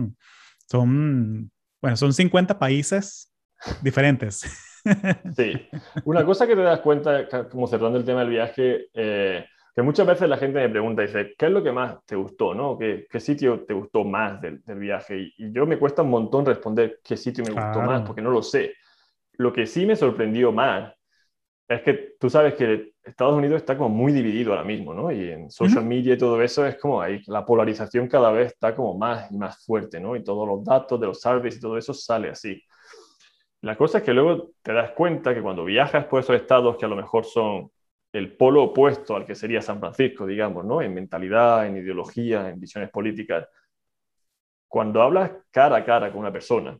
bueno, son 50 países diferentes. Sí, una cosa que te das cuenta, como cerrando el tema del viaje, que muchas veces la gente me pregunta, dice, ¿qué es lo que más te gustó, no? ¿Qué sitio te gustó más del viaje? Y yo me cuesta un montón responder qué sitio me gustó más, Claro. porque no lo sé. Lo que sí me sorprendió más es que tú sabes que Estados Unidos está como muy dividido ahora mismo, ¿no? Y en social Ujú. media y todo eso es como ahí, la polarización cada vez está como más y más fuerte, ¿no? Y todos los datos de los surveys y todo eso sale así. La cosa es que luego te das cuenta que cuando viajas por esos estados que a lo mejor son el polo opuesto al que sería San Francisco, digamos, ¿no? En mentalidad, en ideología, en visiones políticas, cuando hablas cara a cara con una persona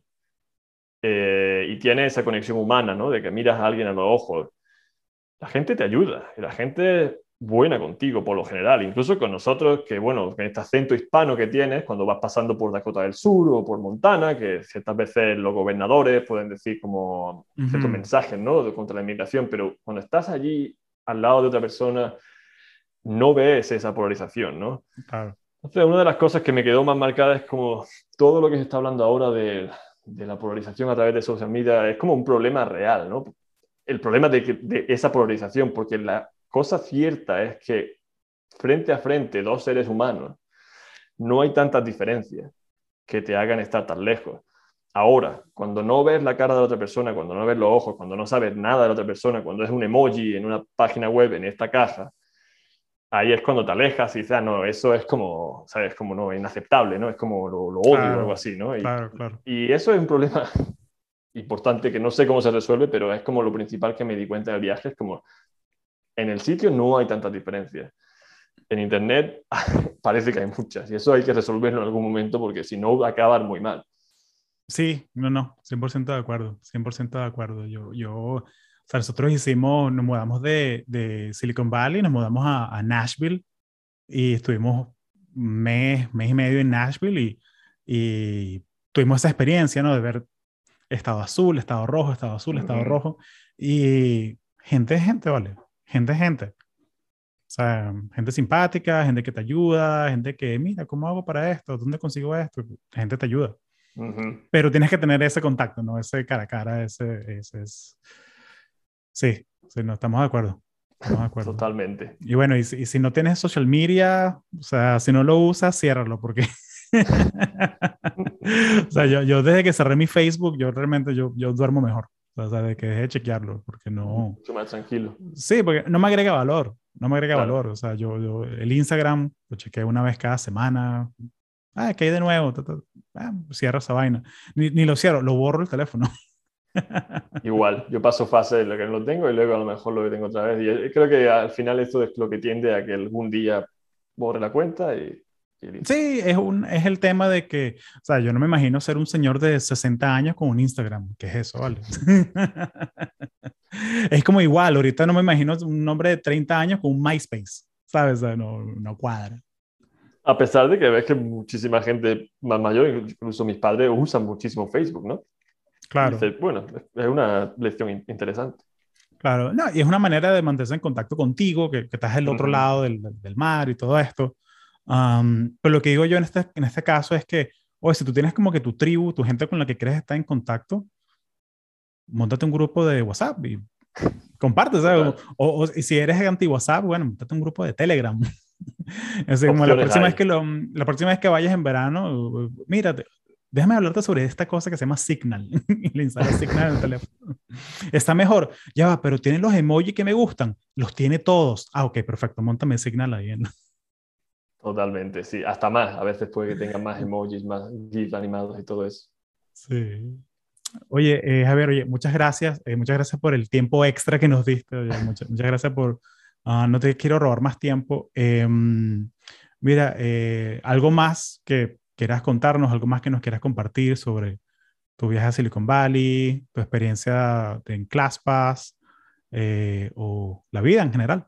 y tienes esa conexión humana, ¿no? De que miras a alguien a los ojos, la gente te ayuda, y la gente es buena contigo por lo general, incluso con nosotros, que bueno, con este acento hispano que tienes cuando vas pasando por Dakota del Sur o por Montana, que ciertas veces los gobernadores pueden decir como ciertos mensajes, ¿no? Contra la inmigración, pero cuando estás allí al lado de otra persona, no ves esa polarización, ¿no? Claro. Entonces, una de las cosas que me quedó más marcada es como todo lo que se está hablando ahora de la polarización a través de social media es como un problema real, ¿no? El problema de esa polarización, porque la cosa cierta es que frente a frente, dos seres humanos, no hay tantas diferencias que te hagan estar tan lejos. Ahora, cuando no ves la cara de la otra persona, cuando no ves los ojos, cuando no sabes nada de la otra persona, cuando es un emoji en una página web, en esta caja, ahí es cuando te alejas y dices, ah, no, eso es como, ¿sabes? Como no, inaceptable, ¿no? Es como lo odio o algo Claro, así, ¿no? claro, claro. Y eso es un problema importante que no sé cómo se resuelve, pero es como lo principal que me di cuenta del viaje, es como en el sitio no hay tantas diferencias. En Internet parece que hay muchas y eso hay que resolverlo en algún momento porque si no va a acabar muy mal. Sí, no, no, 100% de acuerdo, 100% de acuerdo. O sea, nosotros hicimos, nos mudamos de Silicon Valley, nos mudamos a Nashville y estuvimos mes y medio en Nashville y tuvimos esa experiencia, ¿no? De ver estado azul, estado rojo, estado azul, estado rojo y gente, ¿vale? Gente. O sea, gente simpática, gente que te ayuda, gente que, mira, ¿cómo hago para esto? ¿Dónde consigo esto? Gente te ayuda. Pero tienes que tener ese contacto, ¿no? Ese cara a cara, ese es... Sí, sí, no, estamos de acuerdo. Estamos de acuerdo. Totalmente. Y bueno, y si no tienes social media, o sea, si no lo usas, ciérralo, porque... o sea, yo desde que cerré mi Facebook, yo realmente yo duermo mejor. O sea, de que dejé de chequearlo, porque no... Mucho más tranquilo. Sí, porque no me agrega valor, no me agrega Claro. valor. O sea, el Instagram lo chequeo una vez cada semana. Ah, ¿qué hay de nuevo? Cierro esa vaina. Ni lo cierro, lo borro el teléfono. Igual, yo paso fase de lo que no lo tengo y luego a lo mejor lo que tengo otra vez. Y creo que al final esto es lo que tiende a que algún día borre la cuenta y listo. Sí, es el tema de que, o sea, yo no me imagino ser un señor de 60 años con un Instagram. ¿Qué es eso, vale? Es como igual, ahorita no me imagino un hombre de 30 años con un MySpace, ¿sabes? O sea, no cuadra. A pesar de que ves que muchísima gente más mayor, incluso mis padres, usan muchísimo Facebook, ¿no? Y Claro, dices, bueno, es una lección interesante. claro. No, y es una manera de mantenerse en contacto contigo, que estás del otro lado del mar y todo esto. Pero lo que digo yo en este caso es que, oye, si tú tienes como que tu tribu, tu gente con la que quieres estar en contacto, montate un grupo de WhatsApp y comparte, ¿sabes? Total. Y si eres anti-WhatsApp, bueno, montate un grupo de Telegram. Es decir, como Opciones hay. la próxima vez que vayas en verano, mira, déjame hablarte sobre esta cosa que se llama Signal. Y le instalas Signal en el teléfono. Está mejor. Ya va, pero tiene los emojis que me gustan. Los tiene todos. Ah, ok, perfecto. Móntame Signal ahí. Totalmente, sí. Hasta más. A veces puede que tengan más emojis, más GIFs animados y todo eso. Sí. Oye, Javier, oye, muchas gracias por el tiempo extra que nos diste, oye, muchas gracias por, no te quiero robar más tiempo. Mira, algo más que quieras contarnos, algo más que nos quieras compartir sobre tu viaje a Silicon Valley, tu experiencia en ClassPass, o la vida en general.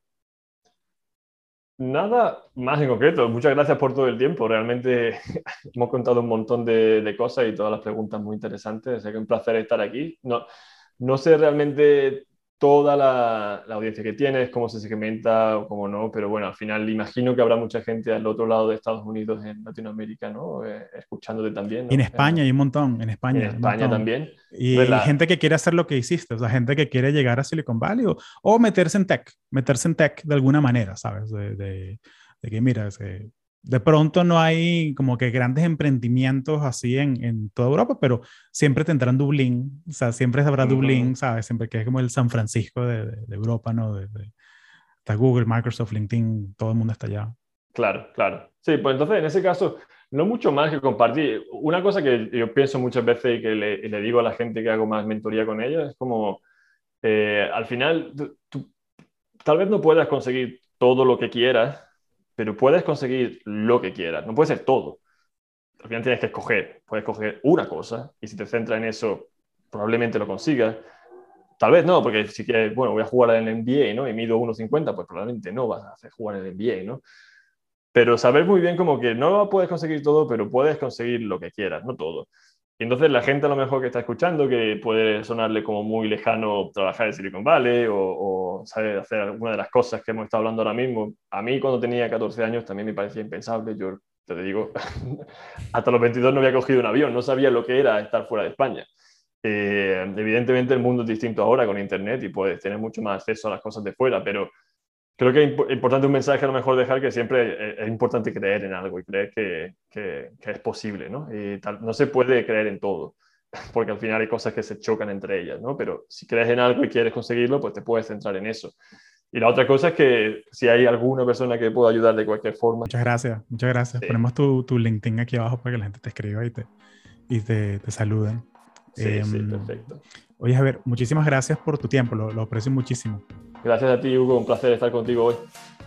Nada más en concreto. Muchas gracias por todo el tiempo. Realmente hemos contado un montón de cosas y todas las preguntas muy interesantes. Así que un placer estar aquí. No, no sé realmente toda la audiencia que tienes, cómo se segmenta o cómo no, pero bueno, al final imagino que habrá mucha gente al otro lado de Estados Unidos, en Latinoamérica, ¿no? Escuchándote también, Y en ¿no? España hay un montón, en En España hay un España montón. también. Entonces, Y gente que quiere hacer lo que hiciste, o sea, gente que quiere llegar a Silicon Valley o meterse en tech de alguna manera, ¿sabes? De que, mira, de pronto no hay como que grandes emprendimientos así en toda Europa, pero siempre tendrán Dublín, o sea, siempre habrá Dublín, ¿sabes? Siempre que es como el San Francisco de Europa, ¿no? Está Google, Microsoft, LinkedIn, todo el mundo está allá. Claro, claro. Sí, pues entonces en ese caso, no mucho más que compartir. Una cosa que yo pienso muchas veces y que le digo a la gente que hago más mentoría con ellos es como, al final, tú tal vez no puedas conseguir todo lo que quieras, pero puedes conseguir lo que quieras. No puede ser todo. Al final tienes que escoger. Puedes escoger una cosa y si te centras en eso, probablemente lo consigas. Tal vez no, porque si quieres, bueno, voy a jugar en el NBA, ¿no? Y mido 1,50, pues probablemente no vas a hacer jugar en el NBA, ¿no? Pero saber muy bien como que no puedes conseguir todo, pero puedes conseguir lo que quieras, no todo. Y entonces la gente a lo mejor que está escuchando, que puede sonarle como muy lejano trabajar en Silicon Valley o saber hacer alguna de las cosas que hemos estado hablando ahora mismo, a mí cuando tenía 14 años también me parecía impensable. Yo te digo, hasta los 22 no había cogido un avión, no sabía lo que era estar fuera de España. Evidentemente el mundo es distinto ahora con Internet y puedes tener mucho más acceso a las cosas de fuera, pero creo que es importante un mensaje a lo mejor dejar que siempre es importante creer en algo y creer que es posible, ¿no? Y no se puede creer en todo, porque al final hay cosas que se chocan entre ellas, ¿no? Pero si crees en algo y quieres conseguirlo, pues te puedes centrar en eso. Y la otra cosa es que si hay alguna persona que pueda ayudar de cualquier forma. Muchas gracias, muchas gracias. Sí, Ponemos tu LinkedIn aquí abajo para que la gente te escriba y te saluden. sí, sí, perfecto. Oye, Javier, muchísimas gracias por tu tiempo, lo aprecio muchísimo. Gracias a ti, Hugo, un placer estar contigo hoy.